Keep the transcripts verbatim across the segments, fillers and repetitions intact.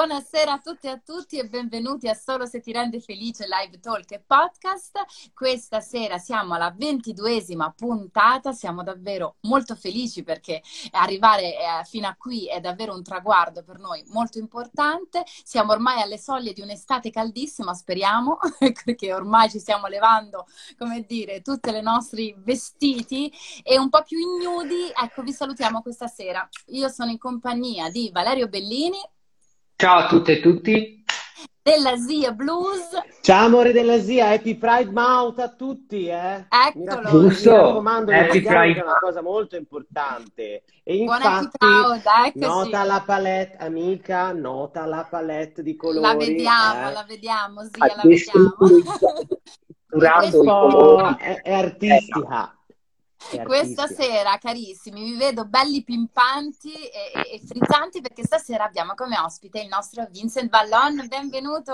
Buonasera a tutte e a tutti e benvenuti a Solo se ti rende felice Live Talk e Podcast. Questa sera siamo alla ventiduesima puntata, siamo davvero molto felici perché arrivare eh, fino a qui è davvero un traguardo per noi molto importante. Siamo ormai alle soglie di un'estate caldissima, speriamo, perché ormai ci stiamo levando, come dire, tutti i nostri vestiti e un po' più ignudi. Ecco, vi salutiamo questa sera. Io sono in compagnia di Valerio Bellini. Ciao a tutte e tutti. Della Zia Blues. Ciao amore della Zia, Happy Pride Month a tutti, eh? Mi, Eccolo. raccom- mi Giusto, raccomando, Happy ricordiamo che Pride è una cosa molto importante. E Buon Happy infatti, Proud, eccoci. nota la palette, amica, nota la palette di La colori, vediamo, eh? la vediamo, ha Zia, la vediamo. destrutturato E È un i questo, po', colori. è, è Eh, no. artistica, è questa artistica. sera, carissimi, vi vedo belli pimpanti e, e, e frizzanti perché stasera abbiamo come ospite il nostro Vincent Vallon. Benvenuto.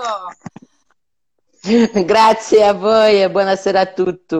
Grazie a voi e buonasera a tutti.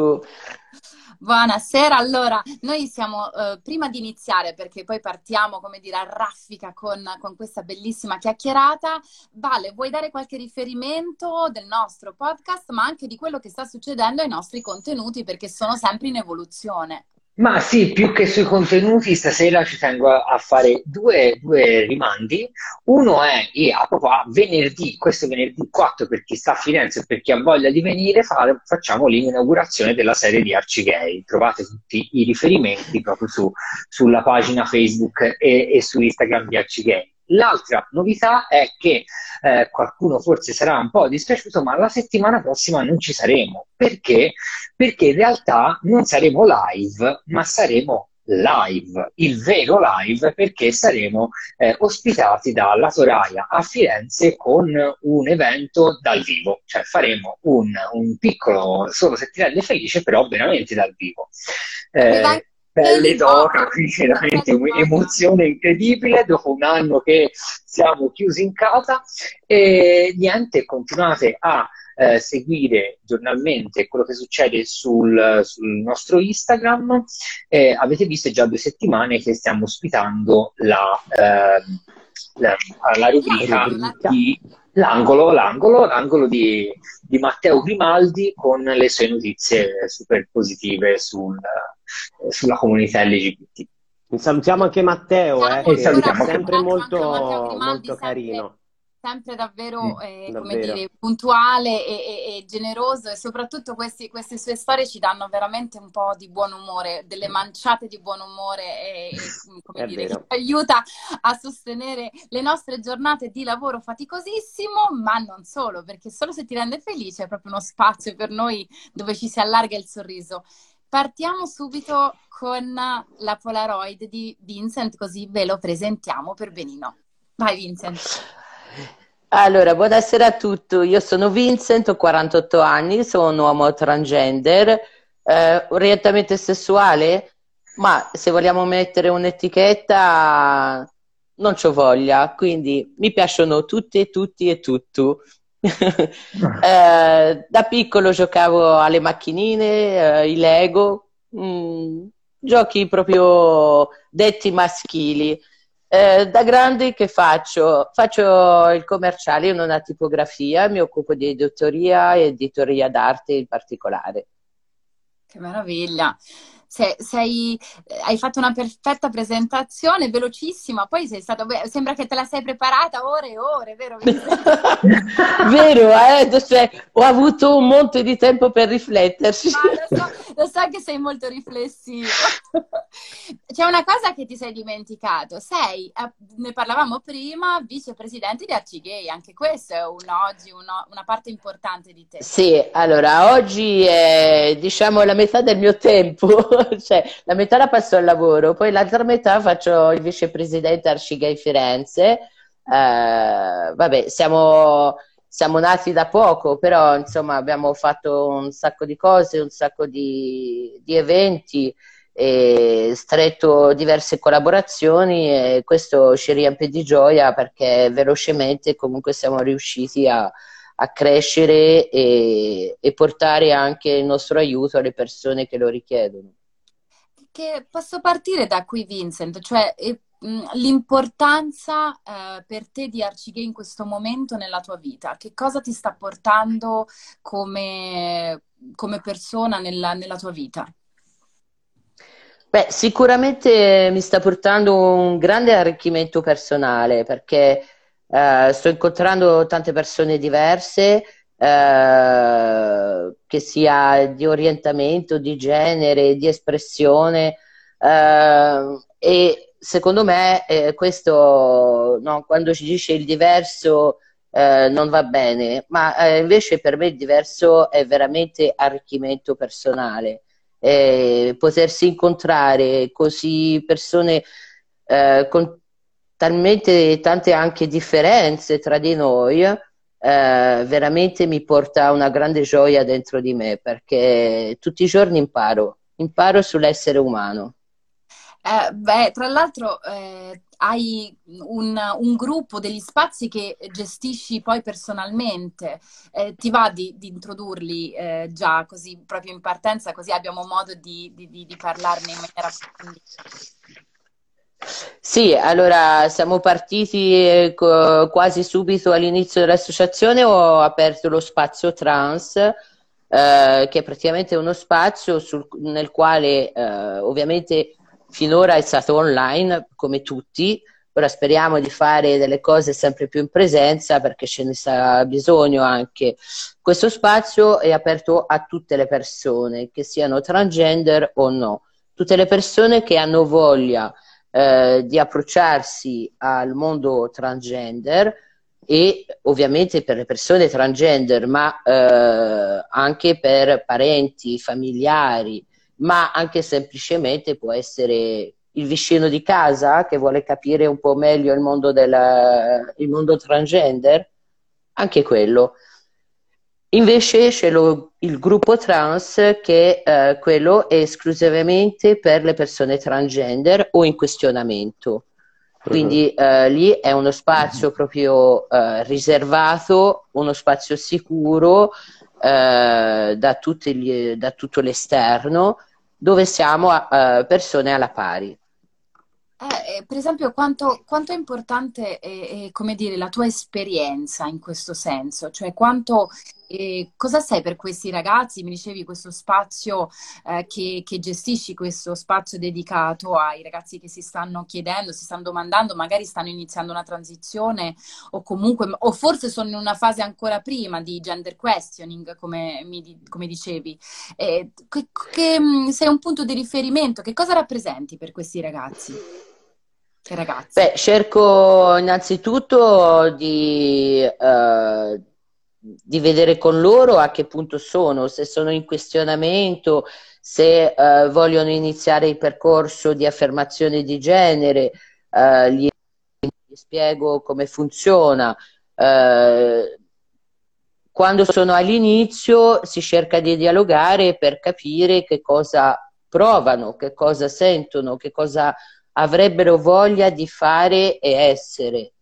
Buonasera, allora noi siamo, eh, prima di iniziare, perché poi partiamo, come dire, a raffica con, con questa bellissima chiacchierata, Vale, vuoi dare qualche riferimento del nostro podcast, ma anche di quello che sta succedendo ai nostri contenuti, perché sono sempre in evoluzione? Ma sì, più che sui contenuti, stasera ci tengo a, a fare due, due rimandi. Uno è, e a proprio a venerdì, questo venerdì quattro per chi sta a Firenze e per chi ha voglia di venire, fare- facciamo l'inaugurazione della serie di Arcigay. Trovate tutti i riferimenti proprio su- sulla pagina Facebook e, e su Instagram di Arcigay. L'altra novità è che eh, qualcuno forse sarà un po' dispiaciuto, ma la settimana prossima non ci saremo. Perché? Perché in realtà non saremo live, ma saremo live, il vero live, perché saremo eh, ospitati dalla Soraya a Firenze con un evento dal vivo, cioè faremo un, un piccolo, solo se ti rende felice, però veramente dal vivo. Aveva Eh, anche pelle peli d'oca, d'oca, quindi veramente peli d'oca. un'emozione incredibile dopo un anno che siamo chiusi in casa e niente, continuate a eh, seguire giornalmente quello che succede sul, sul nostro Instagram. Eh, avete visto è già due settimane che stiamo ospitando la, ehm, la, la rubrica Rubrica. di l'angolo, l'angolo, l'angolo di, di Matteo Grimaldi con le sue notizie super positive sul, eh, sulla comunità L G B T. Salutiamo anche Matteo, eh, Salutiamo E che ancora è salutiamo un anche sempre abbraccio anche a Matteo molto, Grimaldi, molto sempre, carino, sempre Mm. davvero, eh, come davvero. dire, puntuale e, e- e generoso, e soprattutto questi- queste sue storie ci danno veramente un po' di buon umore, delle manciate di buon umore e, e, come È dire, che ci vero. aiuta a sostenere le nostre giornate di lavoro faticosissimo, ma non solo, perché solo se ti rende felice è proprio uno spazio per noi dove ci si allarga il sorriso. Partiamo subito con la Polaroid di Vincent, così ve lo presentiamo per benino. Vai Vincent. Allora, buonasera a tutti. Io sono Vincent, ho quarantotto anni, sono un uomo transgender, eh, orientamento sessuale, ma se vogliamo mettere un'etichetta non c'ho voglia, quindi mi piacciono tutti, tutti e tutto. Eh, da piccolo giocavo alle macchinine, eh, i Lego, mm, giochi proprio detti maschili. Eh, da grande che faccio? Faccio il commerciale in una tipografia, mi occupo di editoria e editoria d'arte in particolare. Che meraviglia. Se- sei, eh, hai fatto una perfetta presentazione, velocissima, poi sei stato, beh, sembra che te la sei preparata ore e ore, vero Vincent? Vero, eh? Cioè, ho avuto un monte di tempo per rifletterci. Ma lo so, lo so che sei molto riflessivo. C'è una cosa che ti sei dimenticato. Sei, eh, ne parlavamo prima, vicepresidente di Arcigay. Anche questo è un oggi uno- una parte importante di te. Sì, allora, oggi è, diciamo, la metà del mio tempo, cioè la metà la passo al lavoro, poi l'altra metà faccio il vicepresidente Arcigay Firenze. Eh, vabbè, siamo, siamo nati da poco, però insomma abbiamo fatto un sacco di cose, un sacco di, di eventi, e stretto diverse collaborazioni e questo ci riempie di gioia perché velocemente comunque siamo riusciti a a crescere e, e portare anche il nostro aiuto alle persone che lo richiedono. Che posso partire da qui, Vincent, cioè eh, l'importanza eh, per te di Arcigay in questo momento nella tua vita. Che cosa ti sta portando come, come persona nella, nella tua vita? Beh, sicuramente mi sta portando un grande arricchimento personale perché eh, sto incontrando tante persone diverse, eh, che sia di orientamento, di genere, di espressione, eh, e secondo me eh, questo, no, quando ci dice il diverso eh, non va bene, ma eh, invece per me il diverso è veramente arricchimento personale. Eh, potersi incontrare così persone eh, con talmente tante anche differenze tra di noi, eh, veramente mi porta una grande gioia dentro di me perché tutti i giorni imparo, imparo sull'essere umano. Eh, beh, tra l'altro eh, hai un, un gruppo degli spazi che gestisci poi personalmente. Eh, ti va di, di introdurli eh, già così proprio in partenza, così abbiamo modo di, di, di- di parlarne in maniera approfondita? Sì, allora siamo partiti eh, co- quasi subito all'inizio dell'associazione, ho aperto lo spazio trans, eh, che è praticamente uno spazio sul- nel quale eh, ovviamente finora è stato online come tutti, ora speriamo di fare delle cose sempre più in presenza perché ce ne sarà bisogno anche. Questo spazio è aperto a tutte le persone, che siano transgender o no, tutte le persone che hanno voglia eh, di approcciarsi al mondo transgender e ovviamente per le persone transgender, ma eh, anche per parenti, familiari, ma anche semplicemente può essere il vicino di casa che vuole capire un po' meglio il mondo, della, il mondo transgender, anche quello. Invece c'è lo- il gruppo trans che eh, quello è esclusivamente per le persone transgender o in questionamento. Mhm. Quindi eh, lì è uno spazio proprio eh, riservato, uno spazio sicuro eh, da, tutti gli- da tutto l'esterno, dove siamo a- eh, persone alla pari. Eh, eh, per esempio, quanto, quanto è importante, eh, eh, come dire, la tua esperienza in questo senso? Cioè, quanto, eh, cosa sei per questi ragazzi? Mi dicevi questo spazio, eh, che, che gestisci, questo spazio dedicato ai ragazzi che si stanno chiedendo, si stanno domandando, magari stanno iniziando una transizione o comunque, o forse sono in una fase ancora prima di gender questioning, come, mi di- come dicevi. Eh, che, che, mh, sei un punto di riferimento, che cosa rappresenti per questi ragazzi? E ragazze. Beh, cerco innanzitutto di, eh, di vedere con loro a che punto sono, se sono in questionamento, se eh, vogliono iniziare il percorso di affermazione di genere, eh, gli, gli spiego come funziona. Eh, Quando sono all'inizio si cerca di dialogare per capire che cosa provano, che cosa sentono, che cosa avrebbero voglia di fare e essere.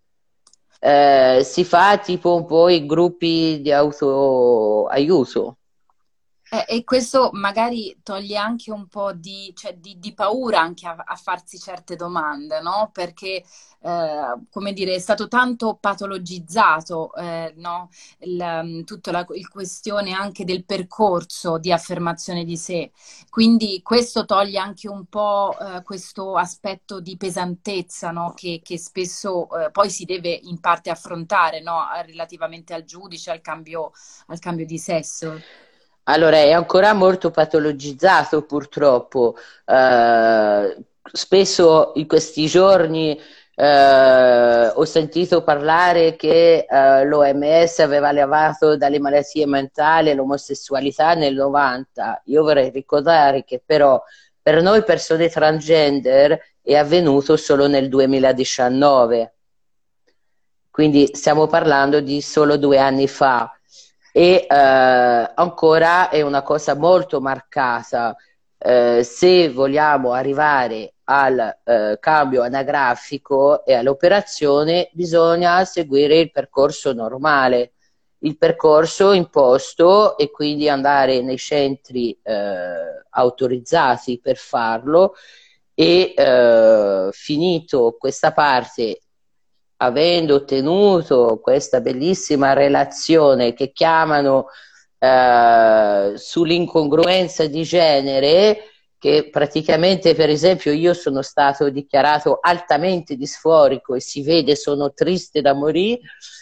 Eh, si fa tipo un po' i gruppi di autoaiuto. Eh, e questo magari toglie anche un po' di, cioè, di- di paura anche a, a farsi certe domande, no? Perché, eh, come dire, è stato tanto patologizzato, eh, no? Il, um, tutta la il questione anche del percorso di affermazione di sé. Quindi questo toglie anche un po', eh, questo aspetto di pesantezza, no? Che, che spesso, eh, poi si deve in parte affrontare, no? Relativamente al giudice, al cambio, al cambio di sesso. Allora, è ancora molto patologizzato purtroppo. Eh, spesso in questi giorni eh, ho sentito parlare che eh, l'O M S aveva levato dalle malattie mentali l'omosessualità nel novanta. Io vorrei ricordare che però per noi persone transgender è avvenuto solo nel duemiladiciannove, quindi stiamo parlando di solo due anni fa e eh, ancora è una cosa molto marcata. Eh, se vogliamo arrivare al eh, cambio anagrafico e all'operazione, bisogna seguire il percorso normale, il percorso imposto e quindi andare nei centri eh, autorizzati per farlo e eh, finito questa parte, avendo ottenuto questa bellissima relazione che chiamano eh, sull'incongruenza di genere, che praticamente, per esempio, io sono stato dichiarato altamente disforico e si vede, sono triste da morire.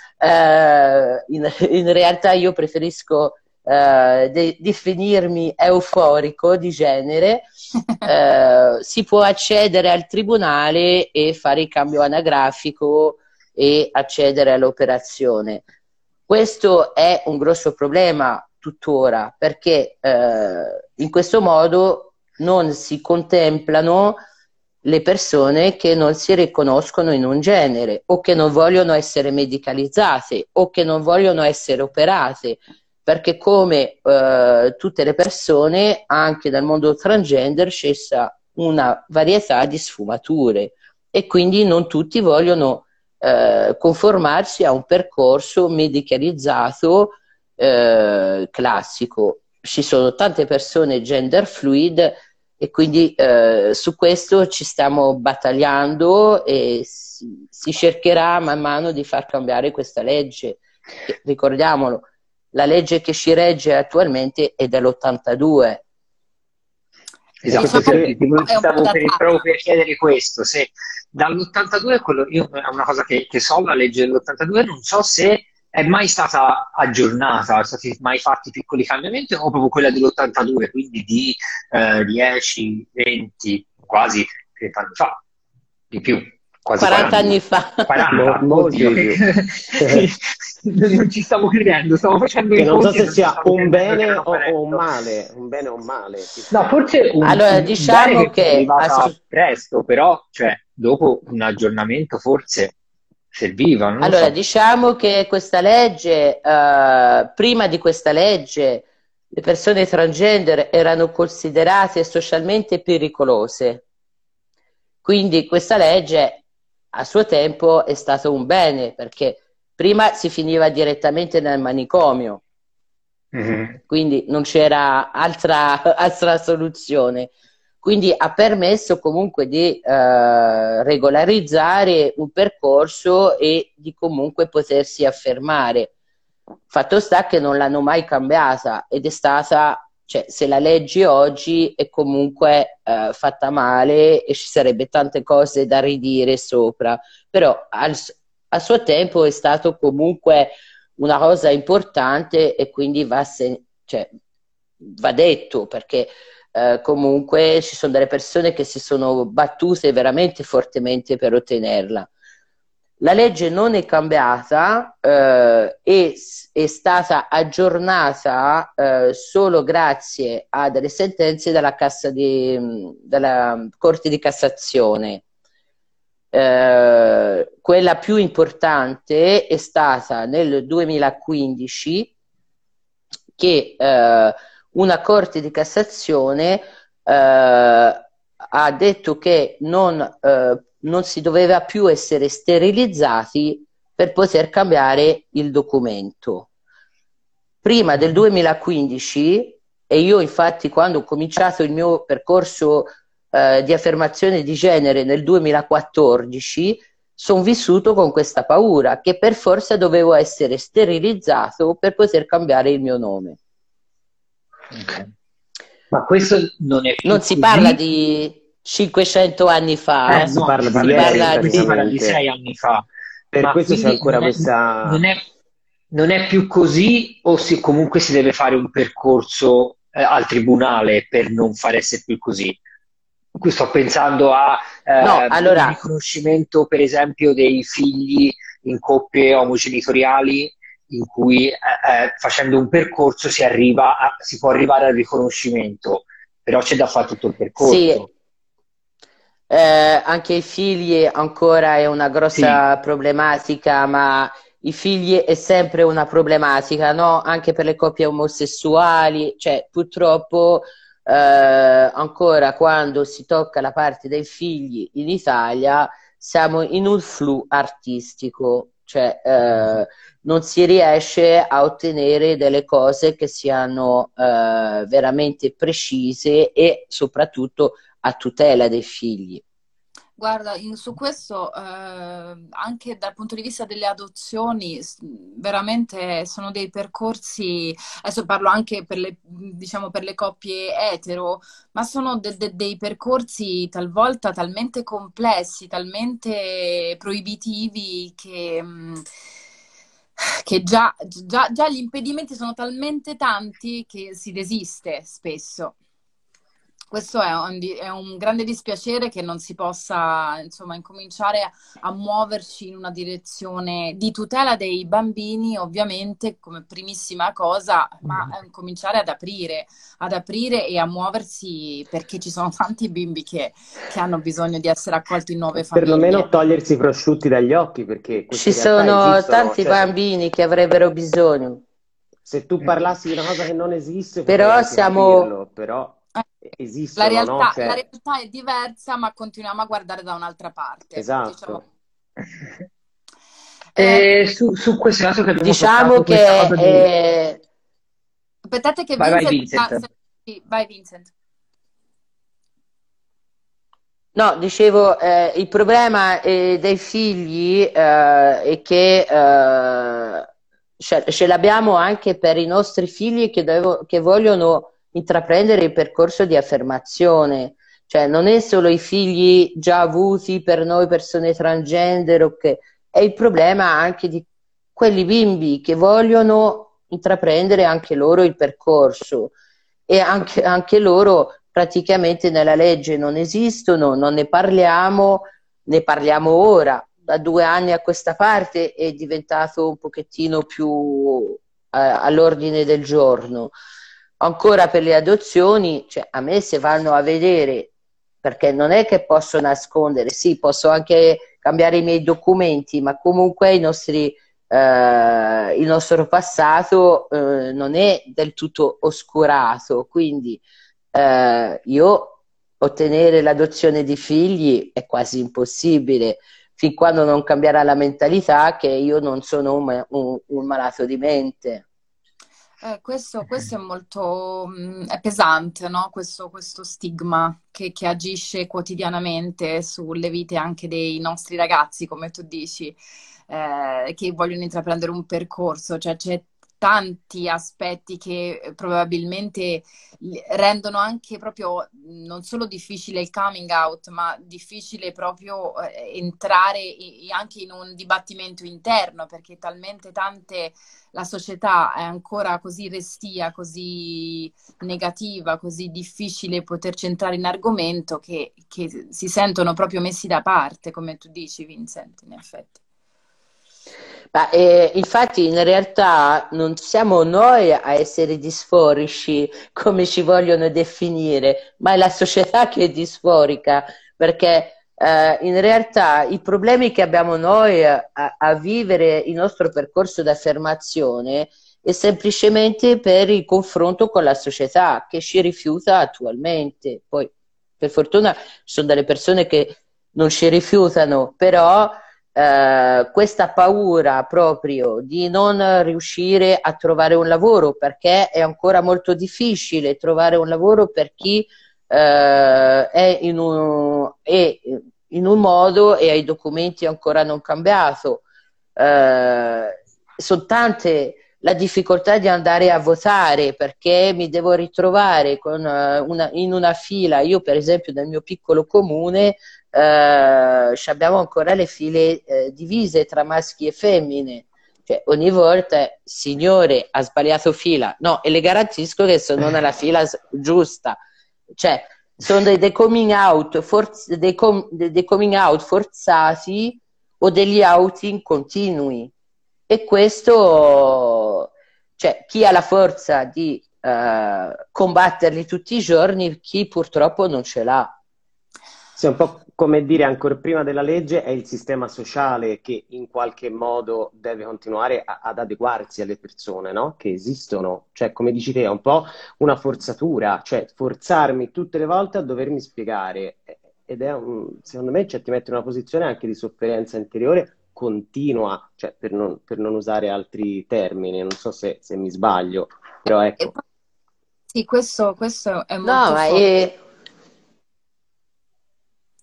Eh, in, in realtà io preferisco eh, de- definirmi euforico di genere. Eh, si può accedere al tribunale e fare il cambio anagrafico e accedere all'operazione. Questo è un grosso problema tuttora, perché eh, in questo modo non si contemplano le persone che non si riconoscono in un genere, o che non vogliono essere medicalizzate, o che non vogliono essere operate, perché come eh, tutte le persone, anche nel mondo transgender c'è una varietà di sfumature, e quindi non tutti vogliono eh, conformarsi a un percorso medicalizzato eh, classico. Ci sono tante persone gender fluid, e quindi eh, su questo ci stiamo battagliando, e si, si cercherà man mano di far cambiare questa legge. Ricordiamolo, la legge che ci regge attualmente è dell'ottantadue. Esatto, perché ti stavo per, proprio per chiedere questo, se dall'ottantadue, quello, io, è una cosa che, che so, la legge dell'ottantadue, non so se è mai stata aggiornata, sono stati mai fatti piccoli cambiamenti, o proprio quella dell'ottantadue, quindi di eh, dieci, venti, quasi trenta anni fa, di più. Quasi quaranta anni fa. quaranta, molti di più. Non ci stavo credendo, stavo facendo che i non so conti, se sia un bene o, o un male, un bene o un male. No, forse un, allora, un diciamo bene che, che è arrivata assu- presto, però cioè, dopo un aggiornamento forse serviva, non lo allora so. diciamo che questa legge, eh, prima di questa legge, le persone transgender erano considerate socialmente pericolose. Quindi questa legge a suo tempo è stato un bene, perché prima si finiva direttamente nel manicomio, mm-hmm. quindi non c'era altra, altra soluzione. Quindi ha permesso comunque di eh, regolarizzare un percorso e di comunque potersi affermare. Fatto sta che non l'hanno mai cambiata, ed è stata, cioè, se la leggi oggi è comunque eh, fatta male, e ci sarebbe tante cose da ridire sopra, però al, a suo tempo è stato comunque una cosa importante, e quindi va, se, cioè, va detto, perché eh, comunque ci sono delle persone che si sono battute veramente fortemente per ottenerla. La legge non è cambiata, eh, e è stata aggiornata eh, solo grazie a delle sentenze della, Cassa di, della Corte di Cassazione. Eh, quella più importante è stata nel duemilaquindici, che eh, una Corte di Cassazione eh, ha detto che non, eh, non si doveva più essere sterilizzati per poter cambiare il documento. Prima del duemilaquindici, e io infatti quando ho cominciato il mio percorso eh, di affermazione di genere nel duemilaquattordici, sono vissuto con questa paura che per forza dovevo essere sterilizzato per poter cambiare il mio nome. Okay. Ma questo non è più non si così? Parla di cinquecento anni fa, eh, si no, parla si di, parla, di, si parla di sei anni fa. Per Ma questo c'è ancora non è, questa... Non è, non è più così, o si, comunque si deve fare un percorso eh, al tribunale per non far essere più così? Qui sto pensando a eh, no, allora... il riconoscimento, per esempio, dei figli in coppie omogenitoriali, in cui eh, eh, facendo un percorso si arriva a, si può arrivare al riconoscimento, però c'è da fare tutto il percorso. Sì. Eh, anche i figli ancora è una grossa sì. problematica, ma i figli è sempre una problematica, no? Anche per le coppie omosessuali, cioè purtroppo eh, ancora quando si tocca la parte dei figli in Italia siamo in un flu artistico, cioè eh, non si riesce a ottenere delle cose che siano eh, veramente precise e soprattutto a tutela dei figli. Guarda, in- su questo, eh, anche dal punto di vista delle adozioni, s- veramente sono dei percorsi, adesso parlo anche per le, diciamo, per le coppie etero, ma sono de- de- dei percorsi talvolta talmente complessi, talmente proibitivi che, mh, che già, già, già gli impedimenti sono talmente tanti che si desiste spesso. Questo è un, di- è un grande dispiacere che non si possa, insomma, incominciare a, a muoverci in una direzione di tutela dei bambini, ovviamente, come primissima cosa, ma eh, cominciare ad aprire, ad aprire e a muoversi perché ci sono tanti bimbi che, che hanno bisogno di essere accolti in nuove Perlomeno famiglie. togliersi i prosciutti dagli occhi, perché Ci queste realtà sono esistono. tanti Cioè, se, bambini che avrebbero bisogno, se tu parlassi di una cosa che non esiste, potrei però anche siamo... capirlo, però Eh, La esistono, no? realtà, la Cioè, realtà è diversa, ma continuiamo a guardare da un'altra parte, diciamo. esatto. Eh, E su, su questo dato che abbiamo Diciamo toccato questa che cosa di... eh, aspettate che Vai, vai Vincent... ah, Vincent. sì, vai Vincent. no, dicevo, eh, il problema eh, dei figli eh, è che eh, ce, ce l'abbiamo anche per i nostri figli che, devo- che vogliono intraprendere il percorso di affermazione. Cioè, non è solo i figli già avuti per noi persone transgender, ok? È il problema anche di quelli bimbi che vogliono intraprendere anche loro il percorso e anche, anche loro praticamente nella legge non esistono, non ne parliamo, ne parliamo ora. Da due anni a questa parte è diventato un pochettino più eh, all'ordine del giorno. Ancora per le adozioni, cioè, a me se vanno a vedere, perché non è che posso nascondere, sì, posso anche cambiare i miei documenti, ma comunque i nostri eh, il nostro passato eh, non è del tutto oscurato, quindi eh, io ottenere l'adozione di figli è quasi impossibile fin quando non cambierà la mentalità che io non sono un, un, un malato di mente. Eh, questo, questo è molto mh, è pesante, no? Questo, questo stigma che, che agisce quotidianamente sulle vite anche dei nostri ragazzi, come tu dici, eh, che vogliono intraprendere un percorso, cioè c'è tanti aspetti che eh, probabilmente li- rendono anche proprio mh, non solo difficile il coming out, ma difficile proprio eh, entrare i- anche in un dibattimento interno, perché talmente tante la società è ancora così restia, così negativa, così difficile poterci entrare in argomento che, che si sentono proprio messi da parte, come tu dici, Vincent, in effetti. Ma, eh, infatti in realtà non siamo noi a essere disforici come ci vogliono definire, ma è la società che è disforica, perché eh, in realtà i problemi che abbiamo noi a, a vivere il nostro percorso d'affermazione è semplicemente per il confronto con la società che ci rifiuta attualmente. Poi, per fortuna, ci sono delle persone che non ci rifiutano, però eh, questa paura proprio di non riuscire a trovare un lavoro, perché è ancora molto difficile trovare un lavoro per chi eh, è, in un, è in un modo e ha i documenti ancora non cambiato. Eh, sono tante la difficoltà di andare a votare perché mi devo ritrovare con, uh, una, in una fila. Io, per esempio, nel mio piccolo comune eh, abbiamo ancora le file eh, divise tra maschi e femmine. Cioè, ogni volta, signore, ha sbagliato fila. No, e le garantisco che sono nella fila giusta. Cioè, sono dei, dei coming out forz- dei, com- dei coming out forzati o degli outing continui. E questo, cioè, chi ha la forza di eh, combatterli tutti i giorni, chi purtroppo non ce l'ha. Sì, un po' come dire, ancora prima della legge è il sistema sociale che in qualche modo deve continuare a- ad adeguarsi alle persone, no? Che esistono. Cioè, come dici te, è un po' una forzatura, cioè forzarmi tutte le volte a dovermi spiegare. Ed è un, secondo me, cioè, ti mette in una posizione anche di sofferenza interiore continua, cioè, per non, per non usare altri termini, non so se, se mi sbaglio, però E ecco. poi, sì, questo, questo è No, molto ma forte. è,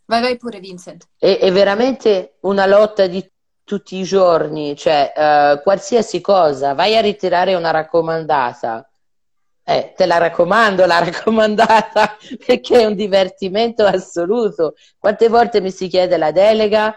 Vai, vai pure, Vincent. È, è veramente una lotta di tutti i giorni, cioè eh, qualsiasi cosa, vai a ritirare una raccomandata, eh, te la raccomando la raccomandata perché è un divertimento assoluto. Quante volte mi si chiede la delega?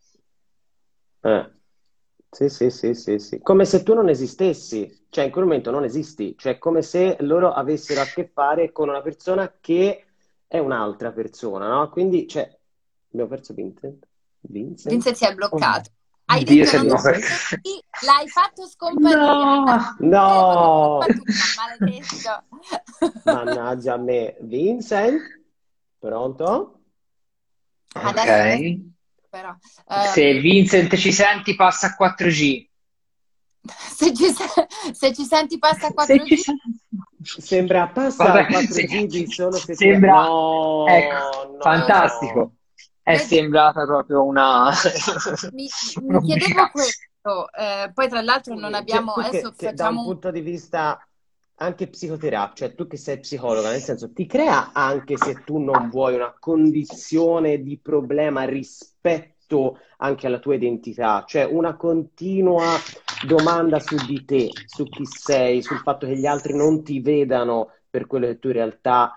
Eh. Sì, sì, sì, sì, sì. Come se tu non esistessi, cioè in quel momento non esisti, cioè come se loro avessero a che fare con una persona che è un'altra persona, no? Quindi, cioè, abbiamo perso Vincent? Vincent? Vincent si è Oh, bloccato. Hai Dio, detto se non no. esistenti, l'hai fatto scomparire. No, Eh, non è colpa No! tua, maledetto. Mannaggia a me. Vincent? Pronto? ok. Adesso, adesso però. Se Ehm, Vincent ci senti, passa a quattro G. se, ci, se- se ci senti passa a Se ci quattro G, senti. Sembra passa Vabbè, al se- quattro G di solo se ti... sembra, ecco, No, no. fantastico. È vedi, sembrata proprio una mi, mi chiedevo un'obbliga. questo. Eh, poi tra l'altro non Scusami, cioè, abbiamo, tu adesso che, che da un facciamo un... punto di vista anche psicoterapia, cioè tu che sei psicologa, nel senso ti crea anche se tu non vuoi una condizione di problema rispetto anche alla tua identità, cioè una continua domanda su di te, su chi sei, sul fatto che gli altri non ti vedano per quello che tu in realtà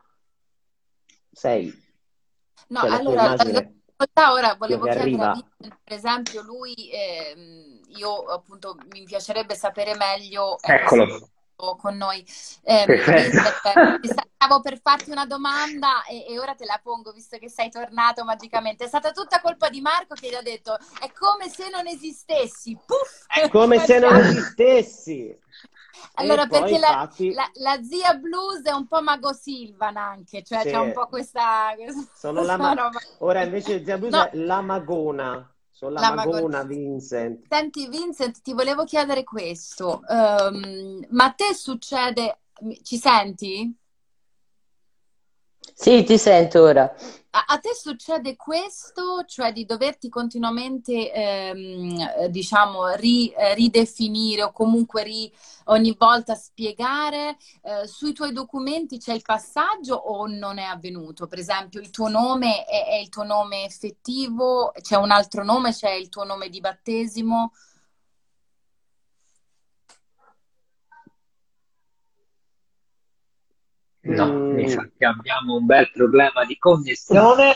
sei. No, Cioè la tua allora, la, la immagine, difficoltà ora quello volevo che chiedere a arriva. Vincent, per esempio, lui, ehm, io appunto mi piacerebbe sapere meglio, ecco, se Eccolo, con noi. Ehm, perfetto. Vincent, ti stavo per farti una domanda e, e ora te la pongo, visto che sei tornato magicamente. È stata tutta colpa di Marco che gli ha detto, è come se non esistessi, puff, È come se non spariamo. esistessi. E Allora, poi perché la, infatti, la- la zia blues è un po' Mago Silvan anche, cioè c'è un se po' questa, sono la questa ma- roba. ora invece Zia Blues No, è la Magona. Sono la la Magona. Magona, Vincent. Senti, Vincent, ti volevo chiedere questo. Ehm, ma a te succede, ci senti? Sì, ti sento ora. A, a te succede questo, cioè di doverti continuamente, ehm, eh, diciamo, ri- eh, ridefinire o comunque ri- ogni volta spiegare, eh, sui tuoi documenti c'è il passaggio o non è avvenuto? Per esempio, il tuo nome è, è il tuo nome effettivo, c'è un altro nome, c'è il tuo nome di battesimo? No, mi Mm, sa che abbiamo un bel problema di connessione.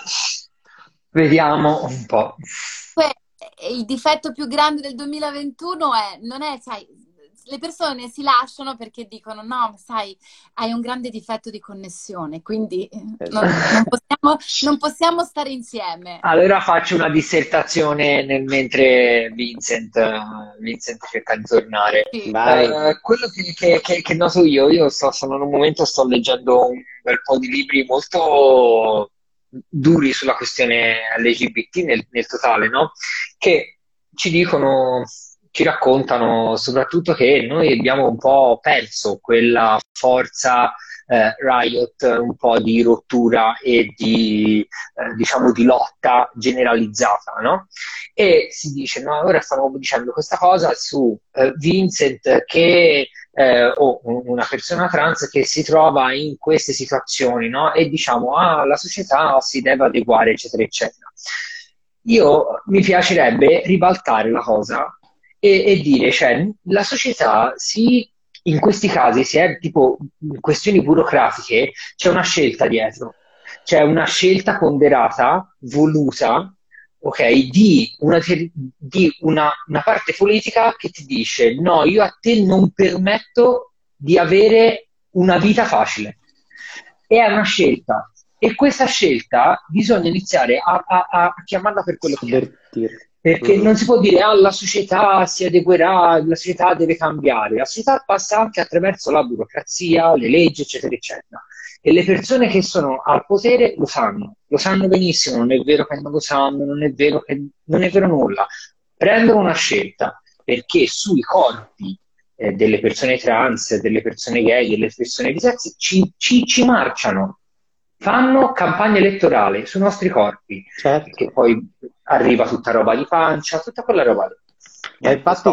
Vediamo un po'. Poi, eh, il difetto più grande del duemilaventuno è, non è, sai, le persone si lasciano perché dicono no, sai, hai un grande difetto di connessione, quindi eh, non, non esatto. possiamo, non possiamo stare insieme. Allora faccio una dissertazione nel mentre Vincent, eh, Vincent cerca di tornare. Sì. Vai. Eh, quello che, che- che- che noto io, io sto, sono in un momento, sto leggendo un bel po' di libri molto duri sulla questione L G B T nel, nel totale, no? Che ci dicono, ci raccontano soprattutto che noi abbiamo un po' perso quella forza eh, riot, un po' di rottura e di, eh, diciamo, di lotta generalizzata, no? E si dice, no, ora stavamo dicendo questa cosa su eh, Vincent che eh, o una persona trans che si trova in queste situazioni, no? E diciamo, ah, la società si deve adeguare, eccetera, eccetera. Io mi piacerebbe ribaltare la cosa e, e dire, cioè, la società si, in questi casi, se è tipo questioni burocratiche, c'è una scelta dietro, c'è una scelta ponderata, voluta, ok, di, una, di una, una parte politica che ti dice no, io a te non permetto di avere una vita facile. E è una scelta. E questa scelta bisogna iniziare a, a, a chiamarla per quello che è. Avvertire. Perché Mhm. non si può dire ah, la società si adeguerà, la società deve cambiare. La società passa anche attraverso la burocrazia, le leggi, eccetera, eccetera. E le persone che sono al potere lo sanno, lo sanno benissimo, non è vero che non lo sanno, non è vero che non è vero nulla. Prendono una scelta perché sui corpi eh, delle persone trans, delle persone gay, delle persone disessi ci, ci, ci marciano, fanno campagna elettorale sui nostri corpi, perché Certo. poi arriva tutta roba di pancia, tutta quella roba lì. Ma Niente, infatti stop.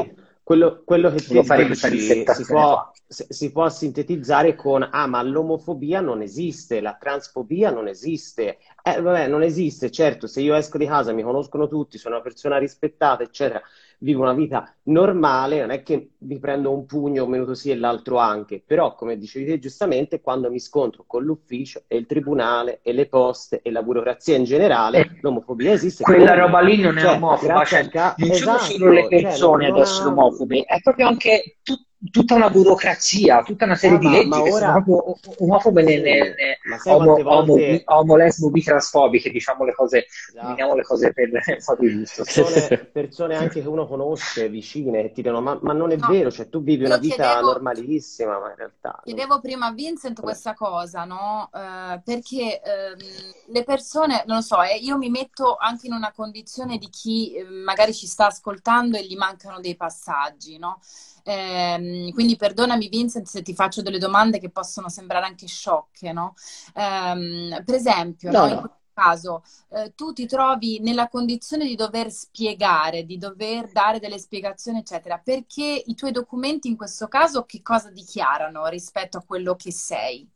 quello, quello che Volevo te fare questa dici si dissertazione può, qua. si si può sintetizzare con, ah, ma l'omofobia non esiste, la transfobia non esiste. Eh, vabbè, non esiste, certo, se io esco di casa, mi conoscono tutti, sono una persona rispettata, eccetera, vivo una vita normale, non è che mi prendo un pugno un minuto sì e l'altro anche, però, come dicevi te giustamente, quando mi scontro con l'ufficio e il tribunale e le poste e la burocrazia in Eh, generale, l'omofobia esiste, quella roba come? lì non è Cioè, omofoba, grazie cioè, al caso, non sono solo le esatto, cioè, non, persone ad non essere ha... omofobe, è proprio anche tut- tutta una burocrazia, tutta una serie Ah, di ma, leggi ma che sono ora proprio o- omofobe, ne, ne- sì, ne- ma sai quante omo, omo, bi, volte... omo, lesbo, bitransfobiche, diciamo le cose, Esatto. nominiamo le cose per il proprio giusto. Persone, persone anche che uno conosce, vicine, che ti dicono, ma, ma non è No, vero, cioè tu vivi una io vita chiedevo, normalissima, ma in realtà non, chiedevo prima a Vincent non è. questa cosa, no? Eh, perché ehm, le persone, non lo so, eh, io mi metto anche in una condizione di chi eh, magari ci sta ascoltando e gli mancano dei passaggi, no? Ehm, quindi perdonami Vincent se ti faccio delle domande che possono sembrare anche sciocche, no? Ehm, per esempio, No, no, in no. questo caso eh, tu ti trovi nella condizione di dover spiegare, di dover dare delle spiegazioni, eccetera, perché i tuoi documenti in questo caso che cosa dichiarano rispetto a quello che sei?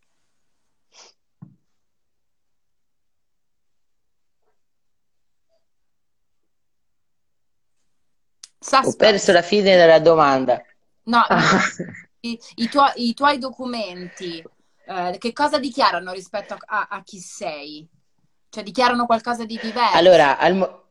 Ho perso Suspense. la fine della domanda. No, mi Ah, i, i tuoi, i tuoi documenti, eh, che cosa dichiarano rispetto a, a- a chi sei? Cioè, dichiarano qualcosa di diverso? Allora, al mo-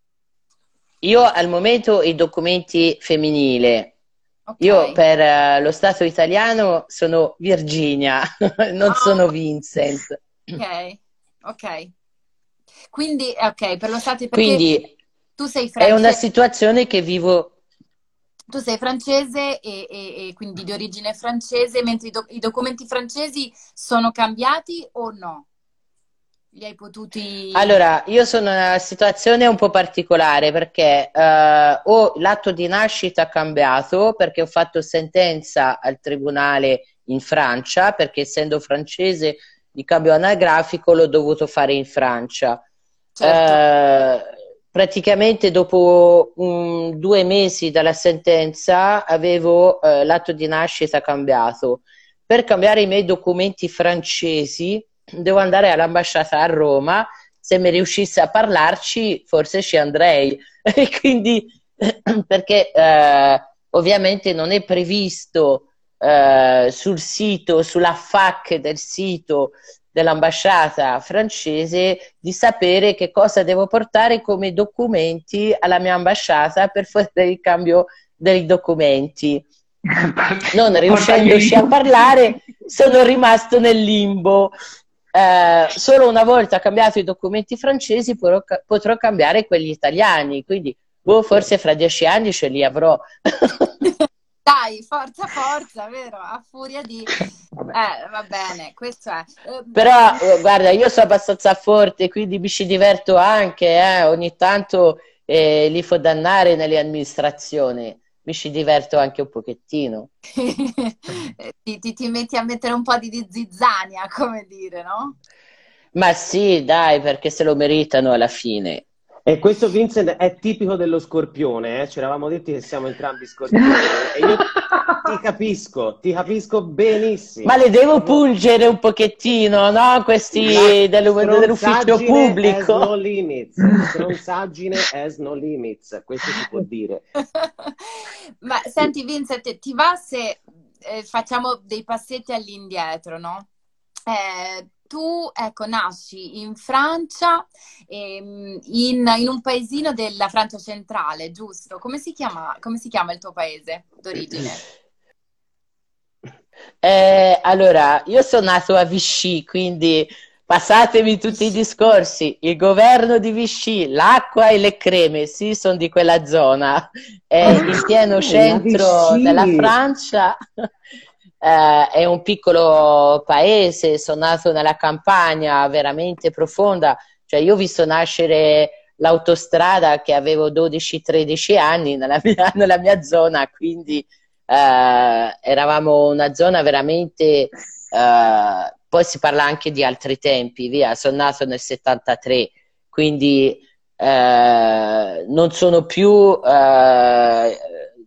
io al momento i documenti femminile, Ok. io per eh, lo Stato italiano sono Virginia, non Ah, sono Vincent. ok, ok. Quindi, ok, per lo Stato, perché Quindi tu sei è una francese. situazione che vivo. Tu sei francese e, e- e quindi di origine francese, mentre i, do- i documenti francesi sono cambiati o no? Li hai potuti... Allora, io sono in una situazione un po' particolare perché eh, ho l'atto di nascita cambiato perché ho fatto sentenza al tribunale in Francia, perché essendo francese di cambio anagrafico l'ho dovuto fare in Francia. Certo, Eh, praticamente dopo mm, due mesi dalla sentenza avevo eh, l'atto di nascita cambiato. Per cambiare i miei documenti francesi devo andare all'ambasciata a Roma, se mi riuscisse a parlarci forse ci andrei. E quindi, perché eh, ovviamente non è previsto eh, sul sito, sulla F A Q del sito dell'ambasciata francese di sapere che cosa devo portare come documenti alla mia ambasciata per fare il cambio dei documenti. Non portagli riuscendoci a parlare, sono rimasto nel limbo. Eh, solo una volta cambiato i documenti francesi potrò, potrò cambiare quelli italiani, quindi boh, forse fra dieci anni ce li avrò. dai, forza, forza, vero? A furia di... Vabbè. Eh, va bene, questo è... Eh, Però eh, guarda, io sono abbastanza forte, quindi mi ci diverto anche, eh, ogni tanto eh, li fo dannare nelle amministrazioni, mi ci diverto anche un pochettino. ti, ti- ti metti a mettere un po' di, di zizzania, come dire, no? Ma sì, dai, perché se lo meritano alla fine. E questo Vincent è tipico dello scorpione, eh? Ci eravamo detti che siamo entrambi scorpioni e io ti capisco, ti capisco Ma benissimo. le devo Proprio pungere un pochettino, no? la Questi del- dell'ufficio stronzaggine has no pubblico. limits, stronzaggine has no limits, questo si può dire. Ma senti, Vincent, ti va se eh, facciamo dei passetti all'indietro, no? Eh, tu, ecco, nasci in Francia, ehm, in, in un paesino della Francia centrale, giusto? Come si chiama, come si chiama il tuo paese d'origine? Eh, allora, io sono nato a Vichy, quindi passatemi tutti i discorsi. Il governo di Vichy, l'acqua e le creme, sì, sono di quella zona. È in pieno Ah, la centro della Vichy! Francia. Eh, è un piccolo paese, sono nato nella campagna veramente profonda. Cioè, io ho visto nascere l'autostrada che avevo dodici tredici anni nella mia, nella mia zona, quindi eh, eravamo una zona veramente, eh, poi si parla anche di altri tempi, via, sono nato nel settantatré, quindi eh, non sono più, eh,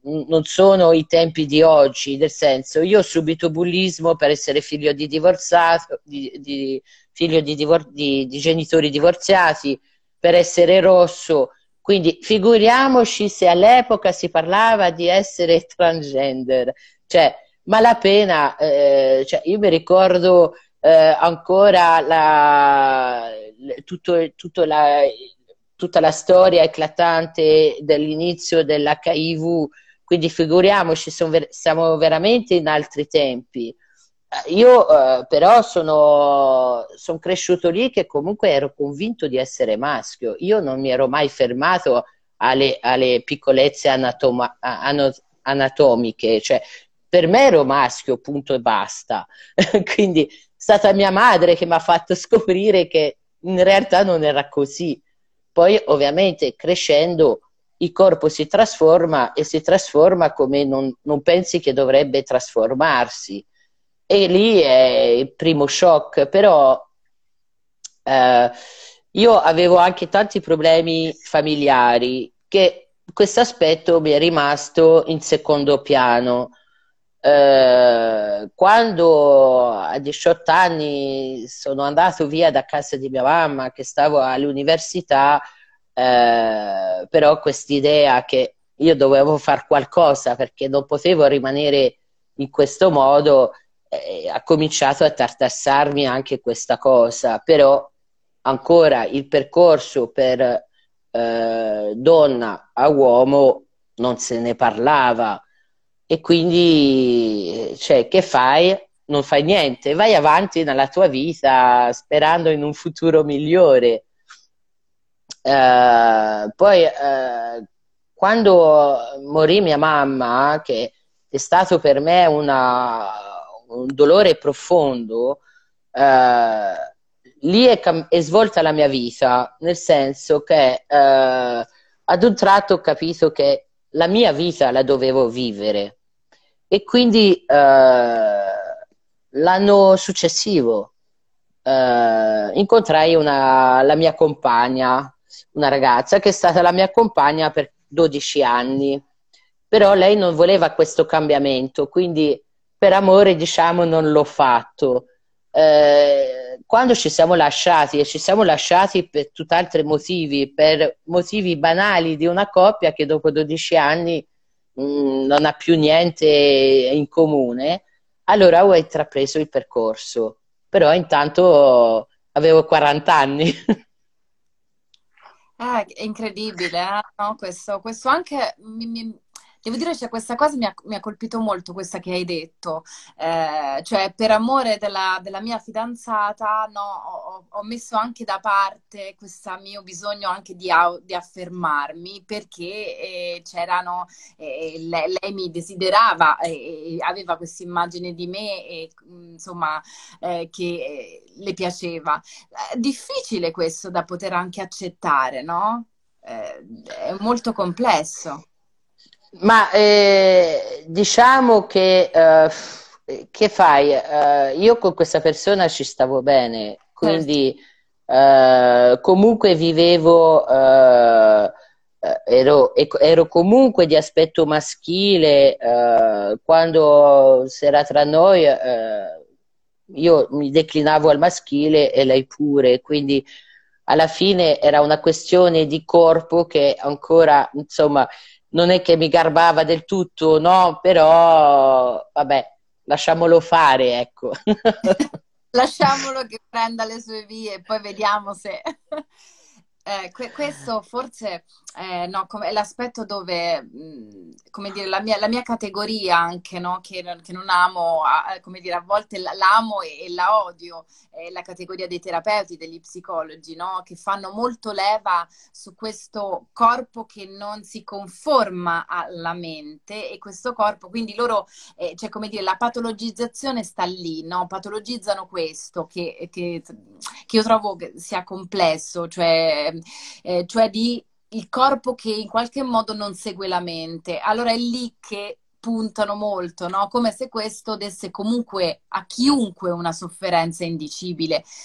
non sono i tempi di oggi, nel senso, io ho subito bullismo per essere figlio di divorziato, di, di, figlio di, divor di, di genitori divorziati, per essere rosso, quindi figuriamoci se all'epoca si parlava di essere transgender, cioè, malapena, eh, cioè, io mi ricordo eh, ancora la, tutto, tutto la, tutta la storia eclatante dell'inizio dell'H I V, quindi figuriamoci, ver siamo veramente in altri tempi. Io eh, però sono, sono cresciuto lì che comunque ero convinto di essere maschio, io non mi ero mai fermato alle, alle piccolezze anatoma anatomiche, cioè per me ero maschio, punto e basta. Quindi è stata mia madre che mi ha fatto scoprire che in realtà non era così. Poi ovviamente crescendo il corpo si trasforma e si trasforma come non, non pensi che dovrebbe trasformarsi. E lì è il primo shock, però eh, io avevo anche tanti problemi familiari che questo aspetto mi è rimasto in secondo piano. Eh, quando a diciotto anni sono andato via da casa di mia mamma, che stavo all'università, eh, però quest'idea che io dovevo fare qualcosa perché non potevo rimanere in questo modo, eh, ha cominciato a tartassarmi anche questa cosa, però ancora il percorso per eh, donna a uomo non se ne parlava. E quindi, cioè, che fai? Non fai niente, vai avanti nella tua vita sperando in un futuro migliore. Eh, poi, eh, quando morì mia mamma, che è stato per me una, un dolore profondo, eh, lì è, è svolta la mia vita, nel senso che eh, ad un tratto ho capito che la mia vita la dovevo vivere e quindi eh, l'anno successivo eh, incontrai una, la mia compagna, una ragazza che è stata la mia compagna per dodici anni, però lei non voleva questo cambiamento, quindi per amore diciamo non l'ho fatto. Eh, quando ci siamo lasciati, e ci siamo lasciati per tutt'altri motivi, per motivi banali di una coppia che dopo dodici anni mh, non ha più niente in comune, allora ho intrapreso il percorso, però intanto avevo quaranta anni. Eh, è incredibile, eh? No? Questo, questo anche, mi, mi- devo dire, cioè, questa cosa mi ha, mi ha colpito molto, questa che hai detto. Eh, cioè per amore della, della mia fidanzata, no, ho, ho messo anche da parte questo mio bisogno anche di, au- di affermarmi, perché eh, c'erano, eh, lei, lei mi desiderava e aveva questa immagine di me, e, insomma, eh, che eh, le piaceva. È difficile questo da poter anche accettare, no? Eh, è molto complesso. Ma eh, diciamo che, eh, che fai? Eh, io con questa persona ci stavo bene, Certo. quindi eh, comunque vivevo, eh, eh, ero, ecco, ero comunque di aspetto maschile, eh, quando si era tra noi, eh, io mi declinavo al maschile e lei pure, quindi alla fine era una questione di corpo che ancora, insomma, non è che mi garbava del tutto, no, però vabbè, lasciamolo fare, ecco. Lasciamolo che prenda le sue vie, poi vediamo se... Eh, que- questo forse eh, no, come- è l'aspetto dove, mh, come dire, la mia, la mia categoria anche, no, che, che non amo, a- come dire, a volte la, la amo e, e la odio, è la categoria dei terapeuti, degli psicologi, no, che fanno molto leva su questo corpo che non si conforma alla mente, e questo corpo, quindi loro, eh, cioè, come dire, la patologizzazione sta lì, no? Patologizzano questo che, che che io trovo che sia complesso, cioè, eh, cioè di il corpo che in qualche modo non segue la mente. Allora è lì che puntano molto, no? Come se questo desse comunque a chiunque una sofferenza indicibile.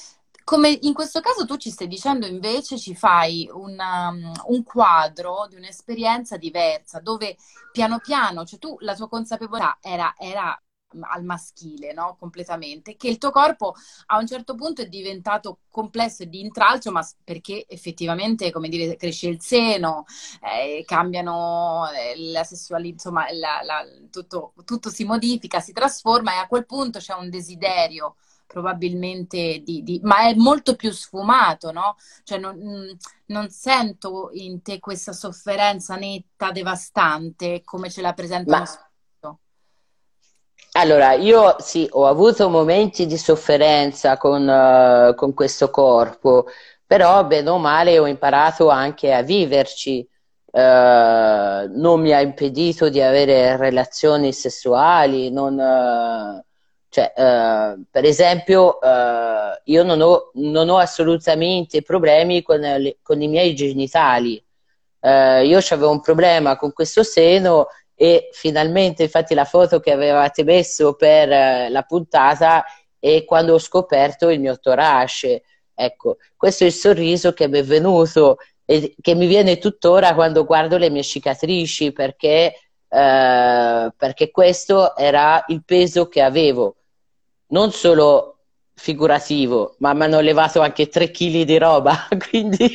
come in questo caso tu ci stai dicendo invece ci fai una- un quadro di un'esperienza diversa, dove piano piano, cioè tu la tua consapevolezza era, era al maschile, no? Completamente, che il tuo corpo a un certo punto è diventato complesso e di intralcio, ma s- perché effettivamente, come dire, cresce il seno, eh, cambiano eh, la sessualità, insomma, la- la- tutto, tutto si modifica, si trasforma e a quel punto c'è un desiderio probabilmente di, di- ma è molto più sfumato, no? Cioè non, mm, non sento in te questa sofferenza netta, devastante, come ce la Ma presentano spesso. allora, io sì, ho avuto momenti di sofferenza con, eh, con questo corpo, però bene o male ho imparato anche a viverci. Eh, non mi ha impedito di avere relazioni sessuali, non, eh, cioè, eh, per esempio, eh, io non ho, non ho assolutamente problemi con, le- con i miei genitali. Eh, io avevo un problema con questo seno e finalmente, infatti, la foto che avevate messo per eh, la puntata è quando ho scoperto il mio torace. Ecco, questo è il sorriso che mi è venuto e che mi viene tuttora quando guardo le mie cicatrici, perché, eh, perché questo era il peso che avevo, non solo figurativo, ma mi hanno levato anche tre chili di roba, quindi...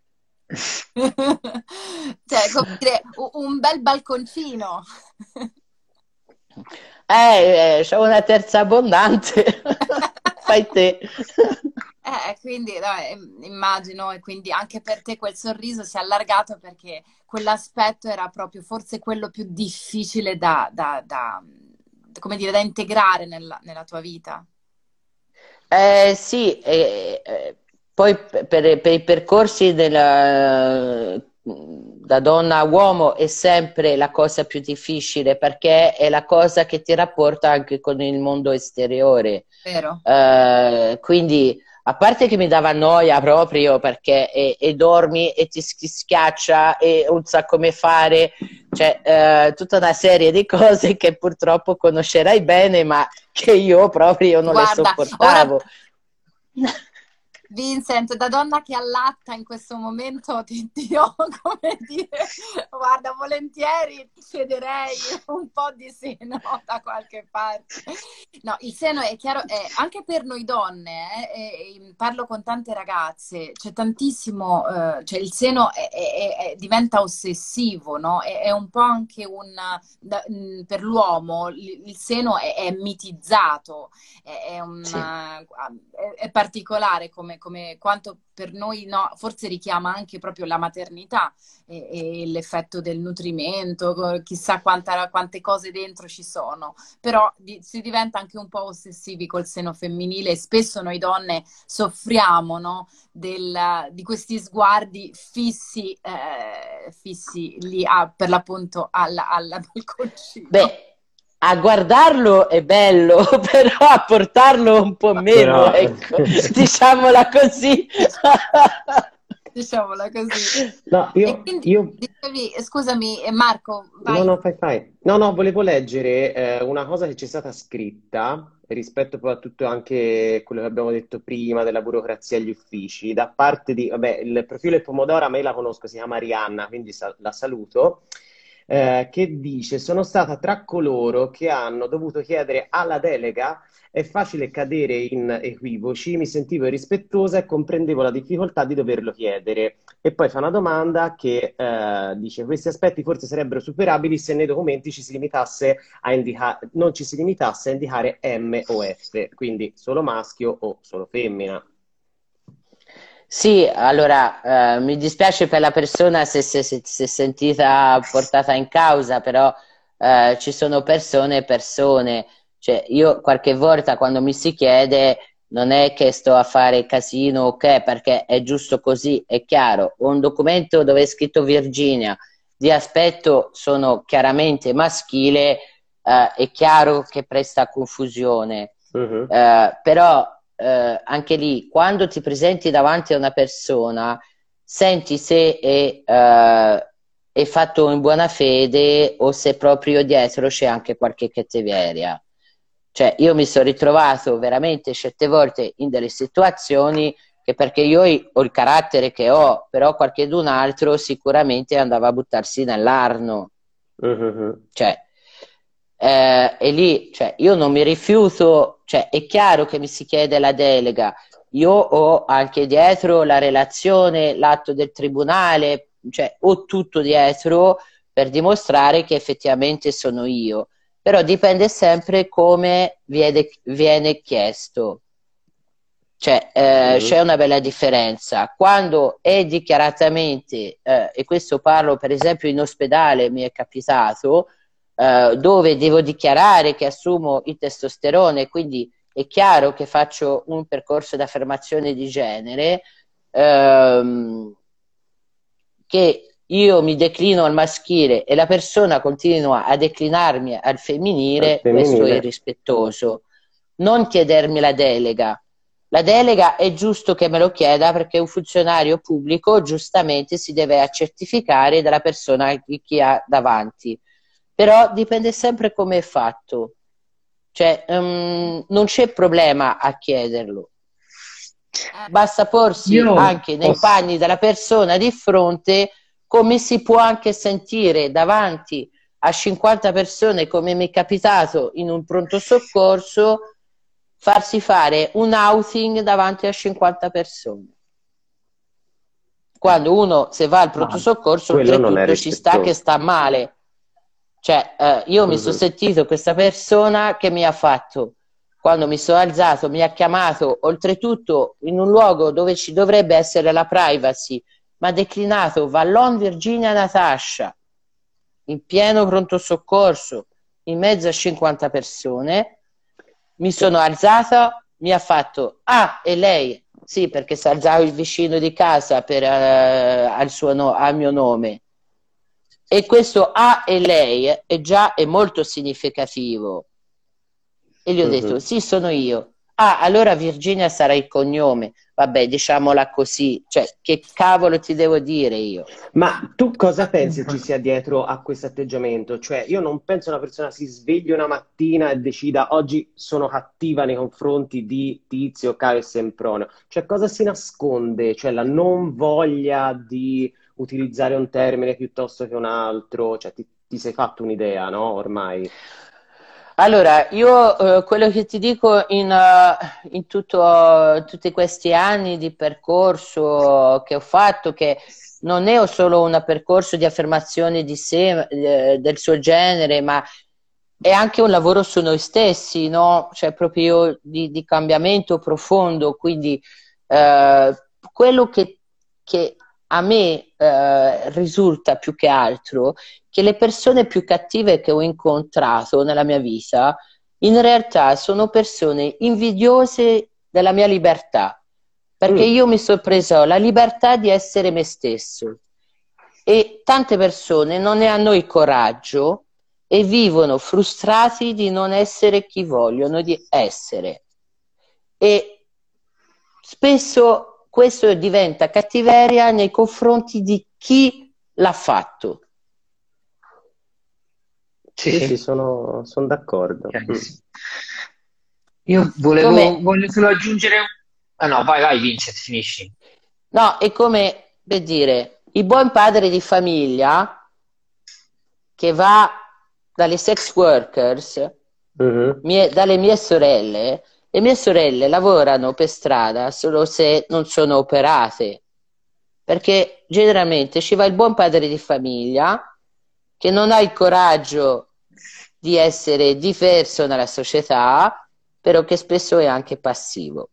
Cioè, come dire, u- un bel balconcino. Eh, eh, c'è una terza abbondante, fai te. Eh, quindi no, eh, immagino, e quindi anche per te quel sorriso si è allargato perché quell'aspetto era proprio forse quello più difficile da, da- da- come dire, da integrare nella, nella tua vita. Eh, sì, eh, eh, poi per, per i percorsi della, da donna a uomo è sempre la cosa più difficile perché è la cosa che ti rapporta anche con il mondo esteriore. Vero? Eh, quindi, a parte che mi dava noia proprio perché e, e dormi e ti schi- schiaccia e non sa come fare, cioè eh, tutta una serie di cose che purtroppo conoscerai bene, ma che io proprio non le Guarda, ora sopportavo. Vincent, da donna che allatta in questo momento ti io, come dire, guarda, volentieri cederei un po' di seno da qualche parte. No, il seno è chiaro, è, anche per noi donne, eh, e- e parlo con tante ragazze, c'è tantissimo, eh, cioè il seno è- è- è- diventa ossessivo, no? È, è un po' anche un, da- mh, per l'uomo, il, il seno è, è mitizzato, è, è Sì. una- è- è particolare come, come quanto per noi no, forse richiama anche proprio la maternità e, e l'effetto del nutrimento, co- chissà quanta- quante cose dentro ci sono, però di- si diventa anche un po' ossessivi col seno femminile e spesso noi donne soffriamo, no, del- di questi sguardi fissi, eh, fissi lì a- per l'appunto al, al balconcino. Beh, a guardarlo è bello, però a portarlo un po' meno, Però, ecco, diciamola così. Diciamola così. no, E io, quindi io dicevi, scusami, eh, Marco, No, vai. no, fai, fai. No, no, volevo leggere eh, una cosa che ci è stata scritta rispetto poi a tutto anche quello che abbiamo detto prima della burocrazia agli uffici, da parte di, vabbè, il profilo del Pomodoro a me la conosco, si chiama Arianna, quindi sa- la saluto, eh, che dice, sono stata tra coloro che hanno dovuto chiedere alla delega, è facile cadere in equivoci, mi sentivo irrispettosa e comprendevo la difficoltà di doverlo chiedere. E poi fa una domanda che eh, dice: questi aspetti forse sarebbero superabili se nei documenti ci si limitasse a indicare, non ci si limitasse a indicare M o F, quindi solo maschio o solo femmina. Sì, allora, eh, mi dispiace per la persona se se- se- si è sentita portata in causa, però eh, ci sono persone e persone. Cioè, io qualche volta quando mi si chiede non è che sto a fare casino, ok, perché è giusto così, è chiaro. Un documento dove è scritto Virginia di aspetto sono chiaramente maschile, eh, è chiaro che presta confusione. Mhm. Eh, però eh, anche lì, quando ti presenti davanti a una persona, senti se è, eh, è fatto in buona fede o se proprio dietro c'è anche qualche cattiveria. Cioè, io mi sono ritrovato veramente certe volte in delle situazioni che, perché io ho il carattere che ho, però qualchedun altro sicuramente andava a buttarsi nell'Arno. Mm-hmm. Cioè, eh, e lì, cioè, io non mi rifiuto, cioè, è chiaro che mi si chiede la delega, io ho anche dietro la relazione, l'atto del tribunale, cioè, ho tutto dietro per dimostrare che effettivamente sono io, però dipende sempre come viene, viene chiesto. Cioè, eh, Mm-hmm. c'è una bella differenza. Quando è dichiaratamente, eh, e questo parlo per esempio in ospedale, mi è capitato, eh, dove devo dichiarare che assumo il testosterone, quindi è chiaro che faccio un percorso di affermazione di genere, ehm, che io mi declino al maschile e la persona continua a declinarmi al Al femminile, questo è femminile. irrispettoso. Non chiedermi la delega. La delega è giusto che me lo chieda perché un funzionario pubblico giustamente si deve certificare dalla persona che ha davanti. Però dipende sempre come è fatto. Cioè, um, non c'è problema a chiederlo. Basta porsi Io anche nei posso. panni della persona di fronte, come si può anche sentire davanti a cinquanta persone, come mi è capitato in un pronto soccorso, farsi fare un outing davanti a cinquanta persone. Quando uno, se va al pronto Ma soccorso, quello non è oltretutto ci sta che rispettoso. sta male. Cioè, eh, io mi sono Mhm. sentito questa persona che mi ha fatto, quando mi sono alzato, mi ha chiamato, oltretutto in un luogo dove ci dovrebbe essere la privacy, ma ha declinato Vallon Virginia Natascia, in pieno pronto soccorso, in mezzo a cinquanta persone. Mi sono alzata, mi ha fatto, ah, e lei? Sì, perché si alzava il vicino di casa per, eh, al, suo no- al mio nome. E questo ah e lei è già è molto significativo. E gli ho detto, Mhm. sì, sono io. Ah, allora Virginia sarà il cognome. Vabbè, diciamola così. Cioè, che cavolo ti devo dire io? Ma tu cosa pensi ci sia dietro a questo atteggiamento? Cioè, io non penso una persona si svegli una mattina e decida oggi sono cattiva nei confronti di Tizio, Caio e Sempronio. Cioè, cosa si nasconde? Cioè, la non voglia di utilizzare un termine piuttosto che un altro? Cioè, ti, ti sei fatto un'idea, no? Ormai. Allora, io eh, quello che ti dico in, eh, in tutto, tutti questi anni di percorso che ho fatto, che non è solo un percorso di affermazione di sé, eh, del suo genere, ma è anche un lavoro su noi stessi, no? Cioè proprio di, di cambiamento profondo, quindi eh, quello che, che a me eh, risulta più che altro che le persone più cattive che ho incontrato nella mia vita in realtà sono persone invidiose della mia libertà, perché Mm. io mi sono preso la libertà di essere me stesso e tante persone non ne hanno il coraggio e vivono frustrati di non essere chi vogliono di essere. E spesso questo diventa cattiveria nei confronti di chi l'ha fatto. Sì, Sì, sì, sì, sono, sono d'accordo. Mm. chiarissimo. Io Come, volevo, voglio solo aggiungere... Ah no, vai, vai, Vincent, finisci. no, è come per dire il buon padre di famiglia che va dalle sex workers, Mhm. mie, dalle mie sorelle. Le mie sorelle lavorano per strada solo se non sono operate, perché generalmente ci va il buon padre di famiglia che non ha il coraggio di essere diverso nella società, però che spesso è anche passivo.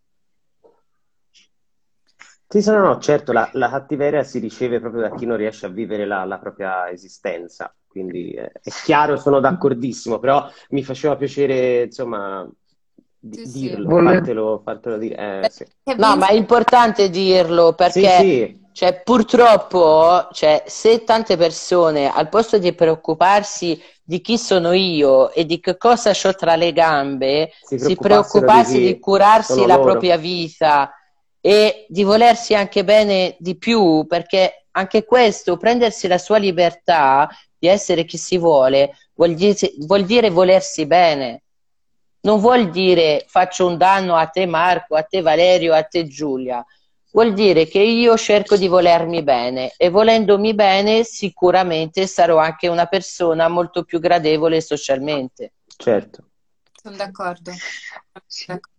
Sì, sì, no, no, certo, la, la cattiveria si riceve proprio da chi non riesce a vivere la, la propria esistenza, quindi eh, è chiaro, sono d'accordissimo, però mi faceva piacere, insomma, di- Sì, sì. dirlo, Vole- fartelo, fartelo dire. Eh, sì. Che No, ma Vince- è importante dirlo Sì, perché sì, cioè, purtroppo cioè, se tante persone al posto di preoccuparsi di chi sono io e di che cosa ho tra le gambe, si si preoccupassero di preoccupasse di chi curarsi sono la loro. propria vita e di volersi anche bene di più, perché anche questo, prendersi la sua libertà di essere chi si vuole, vuol dire, vuol dire volersi bene. non vuol dire faccio un danno a te Marco, a te Valerio, a te Giulia. Vuol dire che io cerco di volermi bene e volendomi bene sicuramente sarò anche una persona molto più gradevole socialmente. Certo. Sono d'accordo. Sì. d'accordo.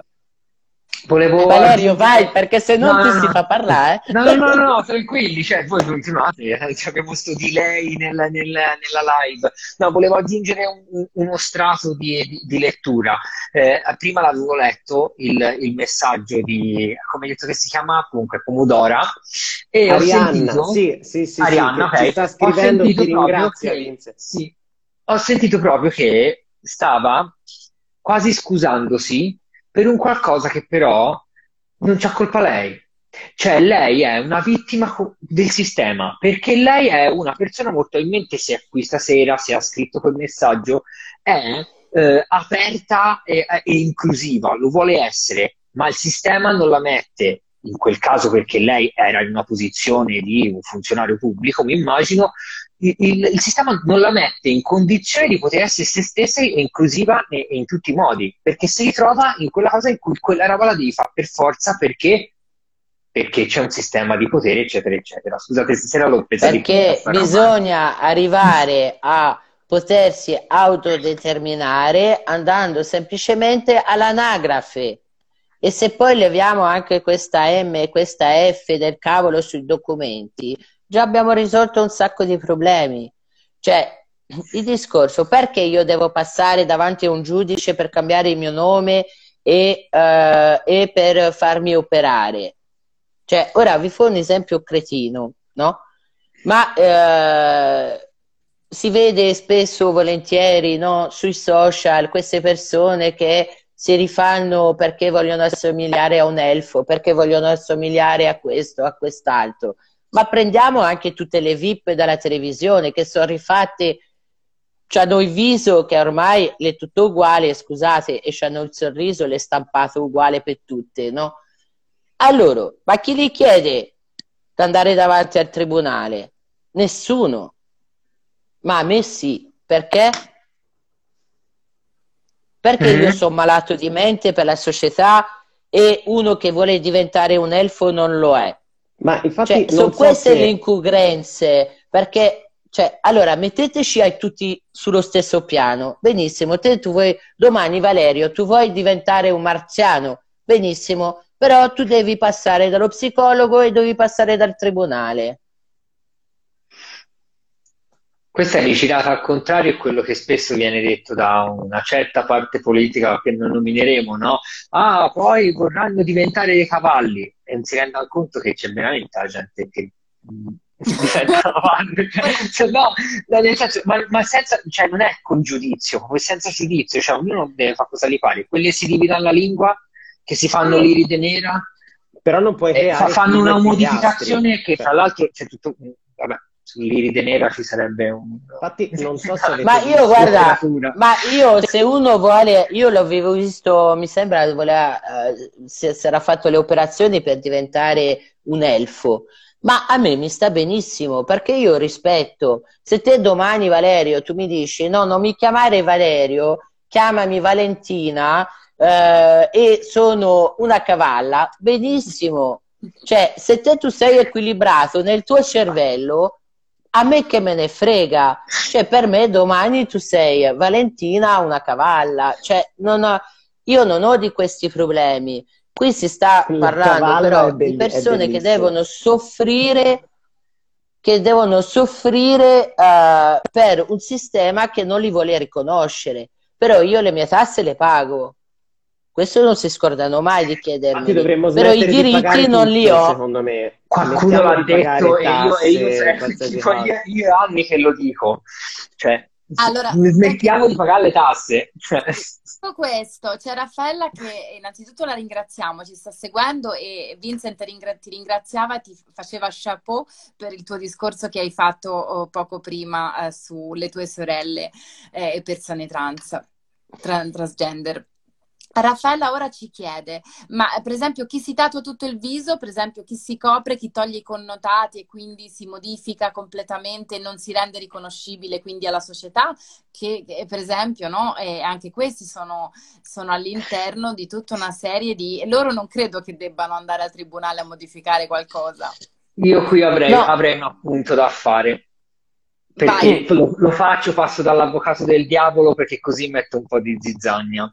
Volevo Valerio, aggiungere... vai, perché se No, non ti no, si no. fa parlare. No, no, no, no, no, tranquilli, cioè, voi continuate, eh, cioè, abbiamo sto delay nella, nella- nella live. No, volevo aggiungere un- uno strato di, di- di lettura. Eh, prima l'avevo letto il, il messaggio di, come hai detto che si chiama, comunque, Pomodora, e ho Arianna, sentito, sì, sì, sì, sì, Arianna, che ci ok, sta ho scrivendo, ti sentito proprio ringrazia, che, Vince. sì, ho sentito proprio che stava quasi scusandosi per un qualcosa che però non c'ha colpa lei. Cioè, lei è una vittima co- del sistema, perché lei è una persona, molto probabilmente, se qui stasera, se ha scritto quel messaggio, è eh, aperta e, e inclusiva, lo vuole essere, ma il sistema non la mette, in quel caso perché lei era in una posizione di un funzionario pubblico, mi immagino, il, il- il sistema non la mette in condizione di poter essere se stessa e inclusiva e- e in tutti i modi, perché si ritrova in quella cosa in cui quella roba la devi fare per forza perché, perché c'è un sistema di potere, eccetera, eccetera. Scusate, stasera l'ho presa di punta Perché sta roba. bisogna arrivare a potersi autodeterminare andando semplicemente all'anagrafe. E se poi leviamo anche questa M e questa F del cavolo sui documenti, già abbiamo risolto un sacco di problemi. Cioè, il discorso, perché io devo passare davanti a un giudice per cambiare il mio nome e, eh, e per farmi operare? Cioè, ora vi fa un esempio cretino, no? Ma eh, si vede spesso, volentieri, no, sui social, queste persone che si rifanno perché vogliono assomigliare a un elfo, perché vogliono assomigliare a questo, a quest'altro. Ma prendiamo anche tutte le V I P dalla televisione che sono rifatte, hanno il viso che ormai è tutto uguale, scusate, e hanno il sorriso, l'è stampato uguale per tutte, no? Allora, ma chi gli chiede di andare davanti al tribunale? Nessuno. Ma a me sì. Perché? Perché io Mhm. sono malato di mente per la società e uno che vuole diventare un elfo non lo è. Ma Cioè, infatti sono non so queste le se... incongruenze, perché, cioè, allora, metteteci ai tutti sullo stesso piano. Benissimo, te tu vuoi, domani Valerio, tu vuoi diventare un marziano, benissimo, però tu devi passare dallo psicologo e devi passare dal tribunale. Questa è ritirata al contrario, è quello che spesso viene detto da una certa parte politica che non nomineremo, no? Ah, poi vorranno diventare dei cavalli e non si rendono conto che c'è veramente la gente che mh, diventa cavalli. Cioè, no, no, nel senso, ma, ma senza, cioè, non è con giudizio, senza giudizio, cioè ognuno deve fare cosa gli pare. Quelli che si dividono la lingua, che si fanno l'iride nera, Però non puoi eh, fa- creare fanno una figli e figliastri. modificazione che Cioè, tra l'altro c'è tutto, vabbè, sull'iride nera ci sarebbe un, infatti non so se Ma avete io, visto... guarda, letteratura. ma io se uno vuole, io l'avevo visto, mi sembra, voleva, eh, si, si era fatto le operazioni per diventare un elfo, ma a me mi sta benissimo perché io rispetto, se te domani Valerio tu mi dici no, non mi chiamare Valerio, chiamami Valentina eh, e sono una cavalla, benissimo, cioè se te tu sei equilibrato nel tuo cervello, a me che me ne frega, cioè per me domani tu sei Valentina una cavalla, cioè non ho, io non ho di questi problemi. Qui si sta Il parlando cavallo è, però di belli- è persone che devono bellissimo. soffrire, che devono soffrire eh, per un sistema che non li vuole riconoscere. Però io le mie tasse le pago. Questo non si scordano mai di Infatti chiedermeli. dovremmo Però i smettere di diritti pagare non li tutto, ho. secondo me. Qualcuno Smettiamo l'ha di detto pagare e io, e io, tasse, se- qualsiasi tipo, io, cosa. io è anni che lo dico, cioè, s- Allora, senti, smettiamo di pagare le tasse. Cioè, tutto questo, c'è Raffaella che innanzitutto la ringraziamo, ci sta seguendo e Vincent ringra- ti ringraziava, ti faceva chapeau per il tuo discorso che hai fatto oh, poco prima eh, sulle tue sorelle eh, e persone trans, tra- transgender. Raffaella ora ci chiede, ma per esempio chi si tatua tutto il viso, per esempio chi si copre, chi toglie i connotati e quindi si modifica completamente e non si rende riconoscibile quindi alla società, che, che, per esempio, no? E anche questi sono, sono all'interno di tutta una serie di... Loro non credo che debbano andare al tribunale a modificare qualcosa. Io qui avrei, No, avrei un appunto da fare, Vai. perché lo, lo faccio, passo dall'avvocato del diavolo perché così metto un po' di zizzania,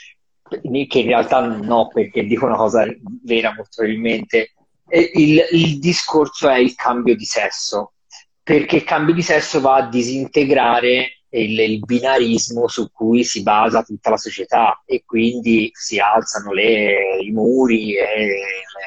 che in realtà no, perché dico una cosa vera molto probabilmente. E Il, il discorso è il cambio di sesso, perché il cambio di sesso va a disintegrare il, il binarismo su cui si basa tutta la società e quindi si alzano le, i muri e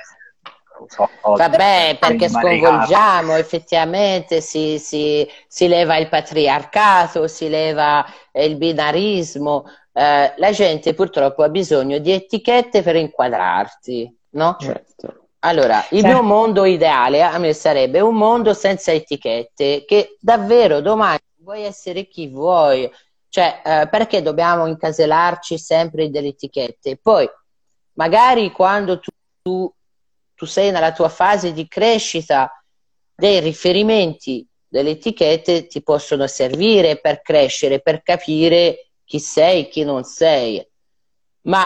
non so, cose, vabbè, perché le barricate. sconvolgiamo, effettivamente si, si- si leva il patriarcato, si leva eh, il binarismo. Eh, la gente purtroppo ha bisogno di etichette per inquadrarti, no? Certo. Allora, il mio Certo. mondo ideale a me sarebbe un mondo senza etichette, che davvero domani vuoi essere chi vuoi, cioè eh, perché dobbiamo incasellarci sempre in delle etichette? Poi, magari quando tu, tu, tu sei nella tua fase di crescita, dei riferimenti delle etichette ti possono servire per crescere, per capire chi sei, chi non sei. Ma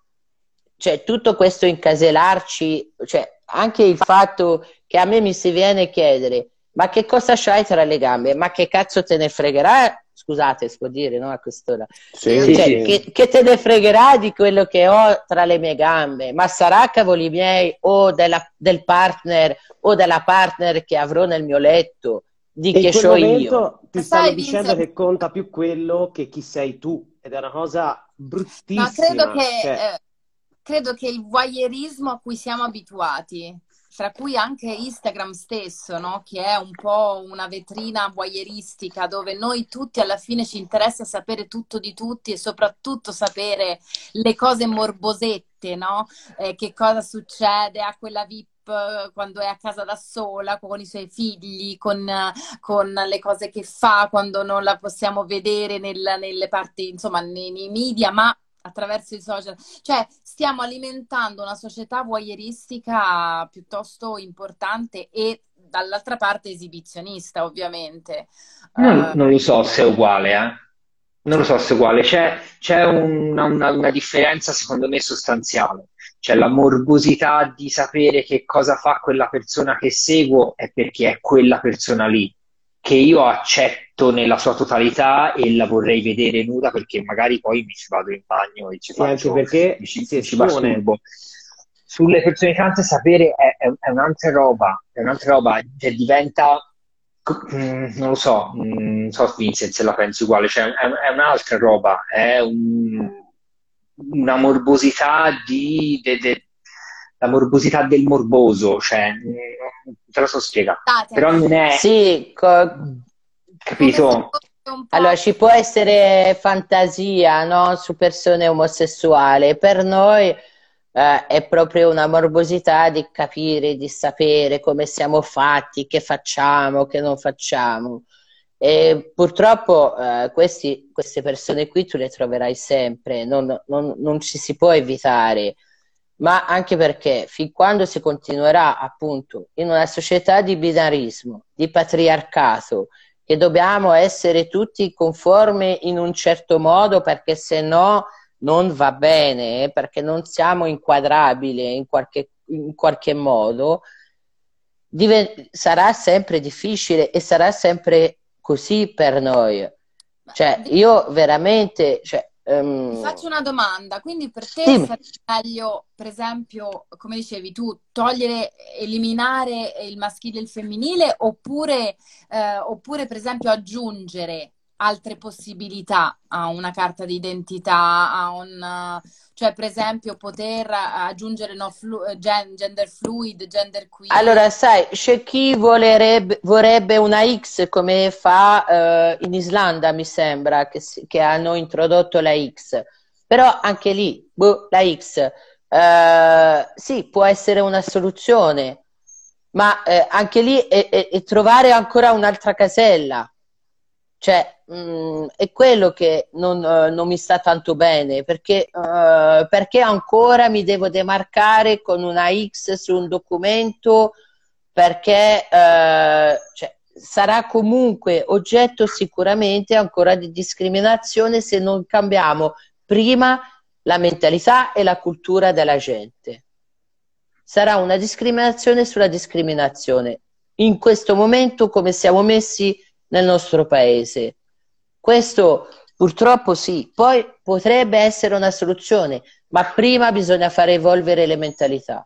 cioè, tutto questo incasellarci, cioè, anche il fatto che a me mi si viene a chiedere, ma che cosa c'hai tra le gambe? Ma che cazzo te ne fregherà? Scusate, si può dire, no, a quest'ora. Sì, Sì, Cioè, sì. sì. che, che te ne fregherà di quello che ho tra le mie gambe? Ma sarà cavoli miei o della- del partner o della partner che avrò nel mio letto, di E in che quel c'ho io? momento ti stanno Sai, dicendo Vincent, che conta più quello che chi sei tu, ed è una cosa no, credo che, bruttissima. Cioè, eh, credo che il voyeurismo a cui siamo abituati, tra cui anche Instagram stesso, no? Che è un po' una vetrina voyeuristica dove noi tutti alla fine ci interessa sapere tutto di tutti e soprattutto sapere le cose morbosette, no? Eh, che cosa succede a quella V I P eh, quando è a casa da sola, con i suoi figli, con, eh, con le cose che fa quando non la possiamo vedere nel- nelle parti, insomma, nei, nei media, ma attraverso i social. Cioè, stiamo alimentando una società voyeuristica piuttosto importante e dall'altra parte esibizionista, ovviamente. Non, Eh, non lo so se è uguale, eh. Non lo so se è uguale. C'è c'è una, una- una differenza, secondo me, sostanziale. C'è la morbosità di sapere che cosa fa quella persona che seguo e perché è quella persona lì, che io accetto nella sua totalità e la vorrei vedere nuda perché magari poi mi ci vado in bagno e ci e anche faccio, mi perché ci, si mi ci espone. masturbo. Sulle persone trans sapere è, è- è un'altra roba, è un'altra roba, cioè diventa, mm, non lo so, mm, non so Vincent se la pensi uguale, cioè è, è un'altra roba, è un- una morbosità di, de- de- la morbosità del morboso, cioè, mm, non te lo so spiegare, state, però non è, Sì, co- come se capito? fosse un allora po'... ci può essere fantasia, no, su persone omosessuali. Per noi eh, è proprio una morbosità di capire, di sapere come siamo fatti, che facciamo, che non facciamo. E purtroppo eh, questi- queste persone qui tu le troverai sempre, non, non- non ci si può evitare, ma anche perché fin quando si continuerà appunto in una società di binarismo, di patriarcato, che dobbiamo essere tutti conformi in un certo modo perché se no non va bene, eh, perché non siamo inquadrabili in qualche, in qualche modo, diven- sarà sempre difficile e sarà sempre così per noi. Cioè, io veramente, cioè, Ti ehm, faccio una domanda, quindi per te dimmi. sarebbe meglio, per esempio, come dicevi tu, togliere, eliminare il maschile e il femminile oppure, eh, oppure per esempio aggiungere altre possibilità a una carta d'identità, a un, eh, cioè per esempio poter aggiungere no, flu- eh, gen- gender fluid, gender queer. Allora, sai, c'è chi volerebbe, vorrebbe una X come fa eh, in Islanda, mi sembra, che, si- che hanno introdotto la X. Però anche lì, boh, la X, eh, sì, può essere una soluzione, ma eh, anche lì è, è- è trovare ancora un'altra casella. Cioè, mh, è quello che non, eh, non mi sta tanto bene, perché, eh, perché ancora mi devo demarcare con una X su un documento, perché eh, cioè, sarà comunque oggetto sicuramente ancora di discriminazione se non cambiamo prima la mentalità e la cultura della gente. Sarà una discriminazione sulla discriminazione. In questo momento, come siamo messi nel nostro paese. Questo purtroppo sì, poi potrebbe essere una soluzione, ma prima bisogna fare evolvere le mentalità.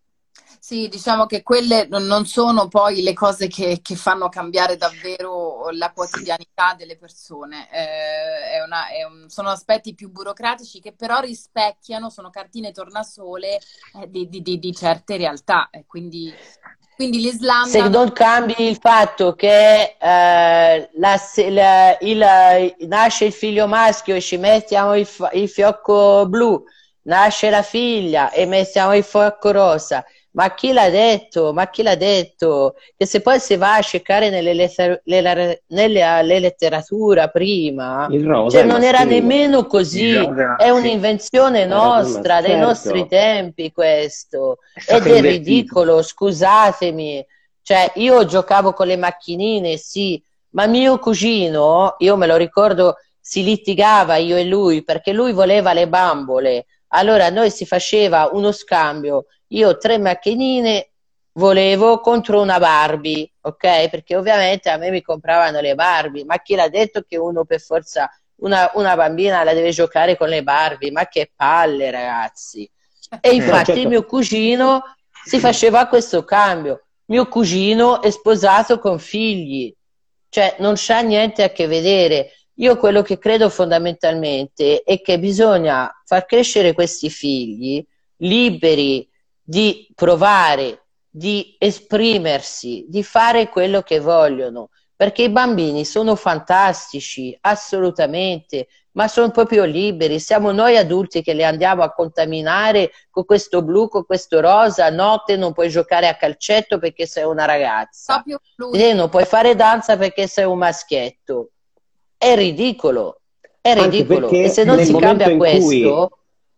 Sì, diciamo che quelle non sono poi le cose che, che fanno cambiare davvero la quotidianità delle persone. Eh, è una, è un, sono aspetti più burocratici che però rispecchiano, sono cartine tornasole eh, di, di, di, di certe realtà. E quindi, quindi l'Islanda... Se non... non cambi il fatto che eh, la, la, il, nasce il figlio maschio e ci mettiamo il, il fiocco blu, nasce la figlia e mettiamo il fiocco rosa, ma chi l'ha detto? Ma chi l'ha detto? Che se poi si va a cercare nelle, letter nelle, nelle letteratura prima, rosa cioè non era nemmeno così, rosa, è sì. un'invenzione nostra, dei certo. nostri tempi questo, È ed è invertito. ridicolo, scusatemi. Cioè io giocavo con le macchinine, sì, ma mio cugino, io me lo ricordo, si litigava io e lui perché lui voleva le bambole. Allora noi si faceva uno scambio, io tre macchinine volevo contro una Barbie, ok? Perché ovviamente a me mi compravano le Barbie, ma chi l'ha detto che uno per forza, una, una bambina la deve giocare con le Barbie? Ma che palle, ragazzi! E infatti certo. mio cugino si faceva questo cambio, mio cugino è sposato con figli, cioè non c'ha niente a che vedere. Io quello che credo fondamentalmente è che bisogna far crescere questi figli liberi di provare, di esprimersi, di fare quello che vogliono, perché i bambini sono fantastici, assolutamente, ma sono proprio liberi. Siamo noi adulti che li andiamo a contaminare con questo blu, con questo rosa. Notte non puoi giocare a calcetto perché sei una ragazza, e non puoi fare danza perché sei un maschietto. È ridicolo, è ridicolo. E se non si cambia questo...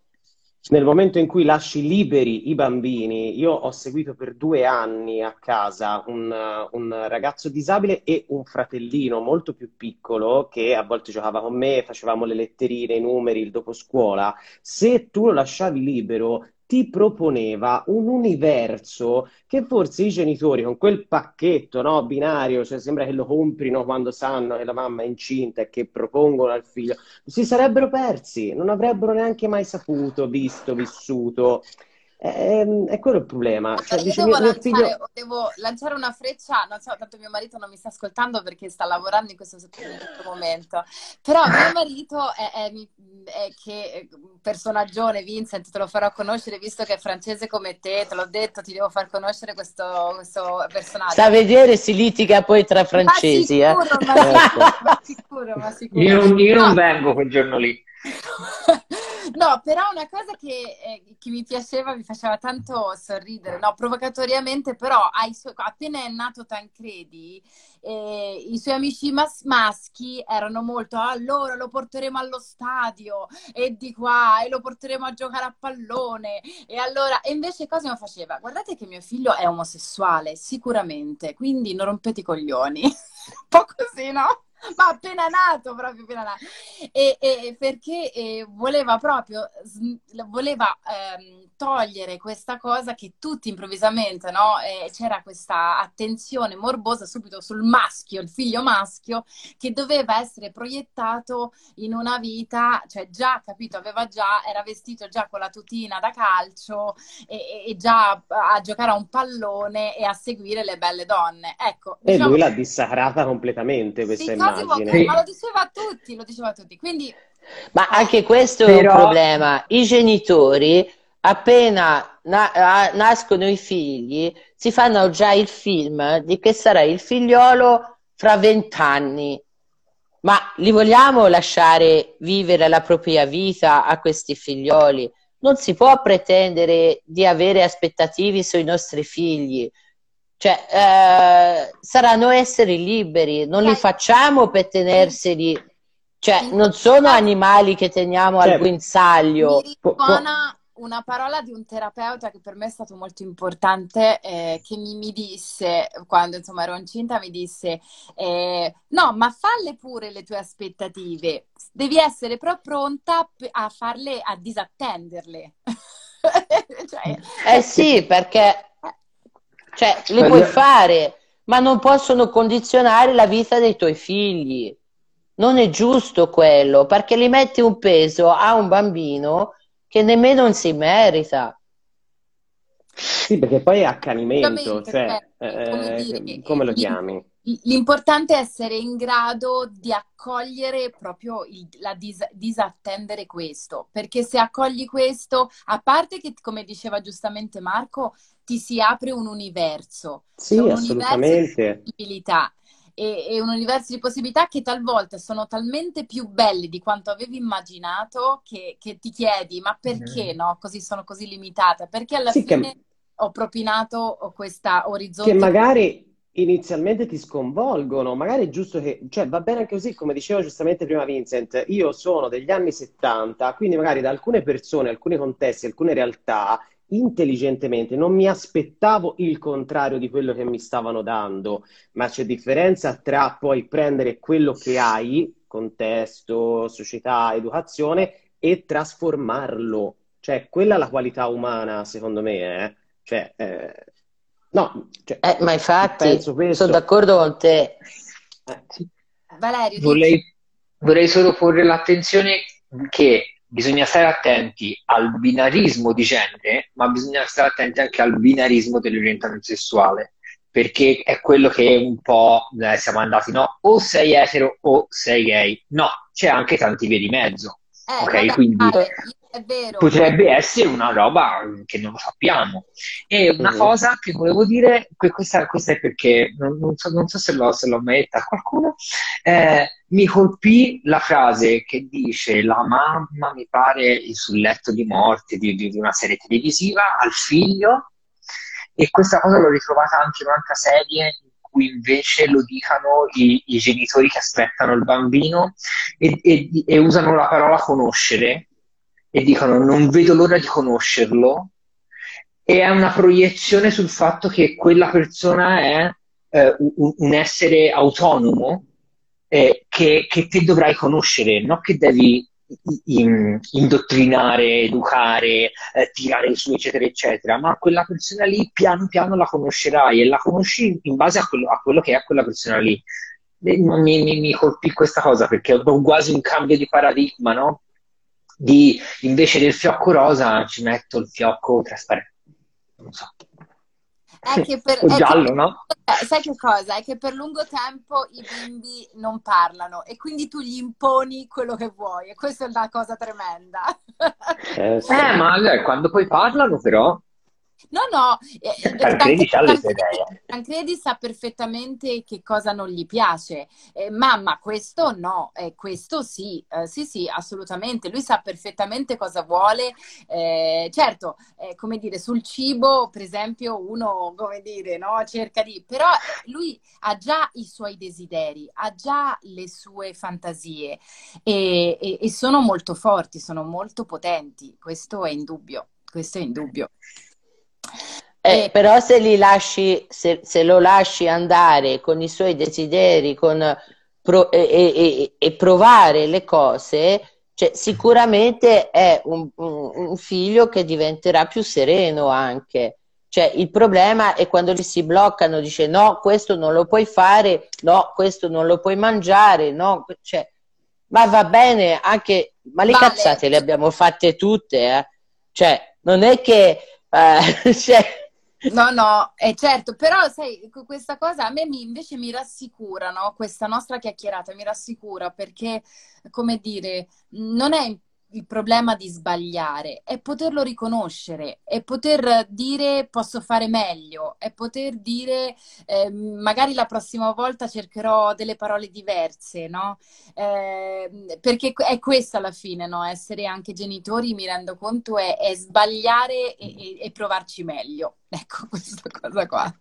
Nel momento in cui lasci liberi i bambini, io ho seguito per due anni a casa un, un ragazzo disabile e un fratellino molto più piccolo che a volte giocava con me, facevamo le letterine, i numeri, il doposcuola. Se tu lo lasciavi libero, ti proponeva un universo che forse i genitori con quel pacchetto, no, binario, cioè sembra che lo comprino quando sanno che la mamma è incinta e che propongono al figlio, si sarebbero persi, non avrebbero neanche mai saputo, visto, vissuto. È, è quello il problema. Cioè, Io dice, devo mio, mio lanciare, figlio... devo lanciare una freccia, non so, tanto mio marito non mi sta ascoltando perché sta lavorando in questo, in questo momento, però mio marito è, è, è che personaggione, Vincent, te lo farò conoscere visto che è francese come te, te l'ho detto, ti devo far conoscere questo, questo personaggio. Sta a vedere, si litiga poi tra francesi. Ma sicuro, eh? ma, sicuro, ma sicuro, ma sicuro. Io non, io non No. vengo quel giorno lì. No, però una cosa che, eh, che mi piaceva, mi faceva tanto sorridere, no, provocatoriamente, però ai suoi, appena è nato Tancredi, eh, i suoi amici mas- maschi erano molto, allora lo porteremo allo stadio e di qua e lo porteremo a giocare a pallone e allora, e invece cosa mi faceva? Guardate che mio figlio è omosessuale, sicuramente, quindi non rompete i coglioni. Un po' così, no? Ma appena nato, proprio appena nato. E, e perché e voleva proprio voleva ehm, togliere questa cosa che tutti improvvisamente, no? E c'era questa attenzione morbosa subito sul maschio, il figlio maschio, che doveva essere proiettato in una vita, cioè già, capito, aveva già, era vestito già con la tutina da calcio e, e già a, a giocare a un pallone e a seguire le belle donne. Ecco, E diciamo, lui l'ha dissacrata completamente questa sì, immagine. sì, ma lo diceva a tutti, lo diceva a tutti. Quindi, Ma eh, anche questo Però... è un problema. I genitori, appena na- nascono i figli, si fanno già il film di che sarà il figliolo fra vent'anni. Ma li vogliamo lasciare vivere la propria vita a questi figlioli? Non si può pretendere di avere aspettative sui nostri figli. Cioè, eh, saranno esseri liberi, non li Sai, facciamo per tenerseli, cioè, in non questo sono caso animali che teniamo al Cioè, mi guinzaglio. può- può- risuona una parola di un terapeuta che per me è stato molto importante, eh, che mi, mi disse, quando insomma ero incinta, mi disse, eh, no, ma falle pure le tue aspettative, devi essere però pronta p- a farle, a disattenderle. Cioè, Eh sì, perché cioè, li puoi Eh, fare, ma non possono condizionare la vita dei tuoi figli. Non è giusto quello, perché li metti un peso a un bambino che nemmeno si merita. sì, perché poi è accanimento, Ovviamente, cioè, cioè, come eh, dire, eh, eh, come lo l'im- chiami? l'importante è essere in grado di accogliere proprio il- la dis- disattendere questo, perché se accogli questo, a parte che, come diceva giustamente Marco, ti si apre un universo, cioè Sì, un universo di assolutamente. possibilità. E, e un universo di possibilità che talvolta sono talmente più belle di quanto avevi immaginato che, che ti chiedi, ma perché no? Così sono così limitata? Perché alla Sì, che, fine ho propinato questa che orizzonti. magari inizialmente ti sconvolgono, magari è giusto che, cioè va bene anche così, come diceva giustamente prima Vincent, io sono degli anni settanta, quindi magari da alcune persone, alcuni contesti, alcune realtà, intelligentemente non mi aspettavo il contrario di quello che mi stavano dando, ma c'è differenza tra poi prendere quello che hai, contesto, società, educazione, e trasformarlo. Cioè, quella è la qualità umana, secondo me, eh. Cioè, eh, no, cioè, Eh, ma infatti, penso sono questo. d'accordo con te. Eh, sì. Valerio, dici? Vorrei, vorrei solo porre l'attenzione che bisogna stare attenti al binarismo di genere, ma bisogna stare attenti anche al binarismo dell'orientamento sessuale, perché è quello che un po' eh, siamo andati, no? O sei etero o sei gay. No, c'è anche tanti vie di mezzo, Eh, ok? vabbè, Quindi Ale, io- è vero, io... potrebbe essere una roba che non lo sappiamo. E una mhm. cosa che volevo dire, que- questa, questa è perché non, non so, non so se l'ho, se l'ho mai detta a qualcuno, eh, mi colpì la frase che dice la mamma, mi pare, sul letto di morte di, di- di una serie televisiva al figlio, e questa cosa l'ho ritrovata anche in un'altra serie in cui invece lo dicano i, i genitori che aspettano il bambino e, e- e usano la parola conoscere e dicono non vedo l'ora di conoscerlo, e è una proiezione sul fatto che quella persona è eh, un, un essere autonomo, eh, che, che te dovrai conoscere, non che devi in- indottrinare, educare, eh, tirare su, eccetera, eccetera, ma quella persona lì piano piano la conoscerai e la conosci in base a quello, a quello che è quella persona lì. E Mi, mi- mi colpì questa cosa perché ho quasi un cambio di paradigma, no? Di invece del fiocco rosa ci metto il fiocco trasparente, non so, È che per, o è che giallo, per- no? eh, sai che cosa? È che per lungo tempo i bimbi non parlano e quindi tu gli imponi quello che vuoi e questa è una cosa tremenda. Eh, Eh, sì. ma eh, quando poi parlano, però, No, no, eh, eh, Tancredi Tancredi, c'ha le sue Tancredi- idee. Tancredi sa perfettamente che cosa non gli piace. Eh, mamma, questo no, eh, questo sì, eh, sì, sì, assolutamente. Lui sa perfettamente cosa vuole. Eh, certo, eh, come dire, sul cibo, per esempio, uno, come dire, no, cerca di... Però eh, lui ha già i suoi desideri, ha già le sue fantasie e, e e sono molto forti, sono molto potenti. Questo è indubbio, questo è indubbio. Eh, E, però se li lasci, se, se lo lasci andare con i suoi desideri, con pro- e, e- e- e provare le cose, cioè, sicuramente è un, un- un figlio che diventerà più sereno anche. Cioè, il problema è quando li si bloccano, dice no, questo non lo puoi fare, no, questo non lo puoi mangiare, no, cioè, ma va bene anche, ma le Vale, cazzate le abbiamo fatte tutte, eh. Cioè, non è che eh, cioè, no, no, è certo, però sai, que- questa cosa a me mi- invece mi rassicura, no? Questa nostra chiacchierata mi rassicura perché, come dire, non è il problema di sbagliare, è poterlo riconoscere, è poter dire posso fare meglio, è poter dire eh, magari la prossima volta cercherò delle parole diverse, no? Eh, perché è questa alla fine, no? Essere anche genitori, mi rendo conto, è, è sbagliare e, e, e provarci meglio. Ecco, questa cosa qua.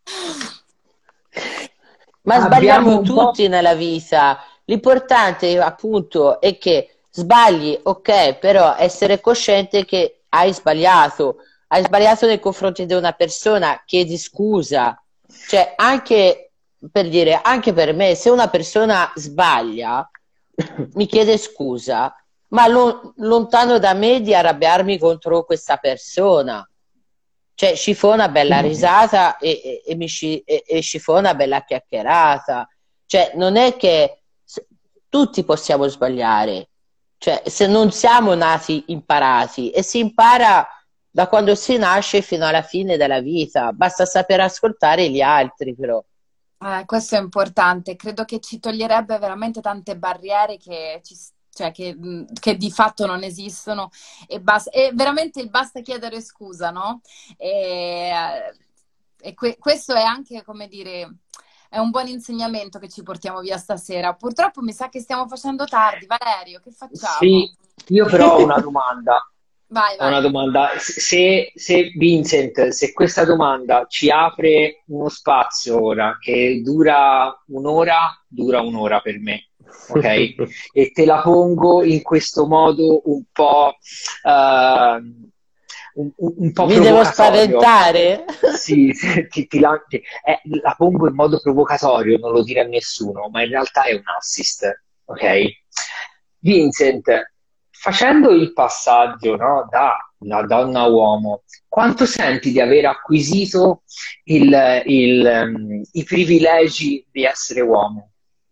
Ma Abbiamo sbagliamo un po'. tutti nella vita. L'importante appunto è che sbagli, ok, però essere cosciente che hai sbagliato. Hai sbagliato nei confronti di una persona, chiedi scusa. Cioè, anche per dire, anche per me, se una persona sbaglia, mi chiede scusa, ma lo- lontano da me di arrabbiarmi contro questa persona. Cioè, ci fa una bella risata e, e, e mi ci, e, e ci fa una bella chiacchierata. Cioè, non è che s- tutti possiamo sbagliare. Cioè, se non siamo nati imparati e si impara da quando si nasce fino alla fine della vita, basta saper ascoltare gli altri, però. Eh, questo è importante, credo che ci toglierebbe veramente tante barriere che, ci, cioè che, mh, che di fatto non esistono e, basta, e veramente il basta chiedere scusa, no? E, e que- questo è anche, come dire, è un buon insegnamento che ci portiamo via stasera. Purtroppo mi sa che stiamo facendo tardi. Valerio, che facciamo? Sì, io però ho una domanda. Vai, Ho una vai. domanda. Se, se Vincent, se questa domanda ci apre uno spazio ora che dura un'ora, dura un'ora per me, ok? E te la pongo in questo modo un po', eh, un, un- un po' Mi devo provocatorio. spaventare? Sì, ti, ti lan- ti- eh, la pongo in modo provocatorio, non lo dire a nessuno, ma in realtà è un assist, ok? Vincent, facendo il passaggio, no, da una donna a uomo, quanto senti di aver acquisito il- il, ehm, i privilegi di essere uomo?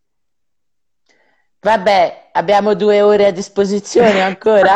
Vabbè, abbiamo due ore a disposizione ancora.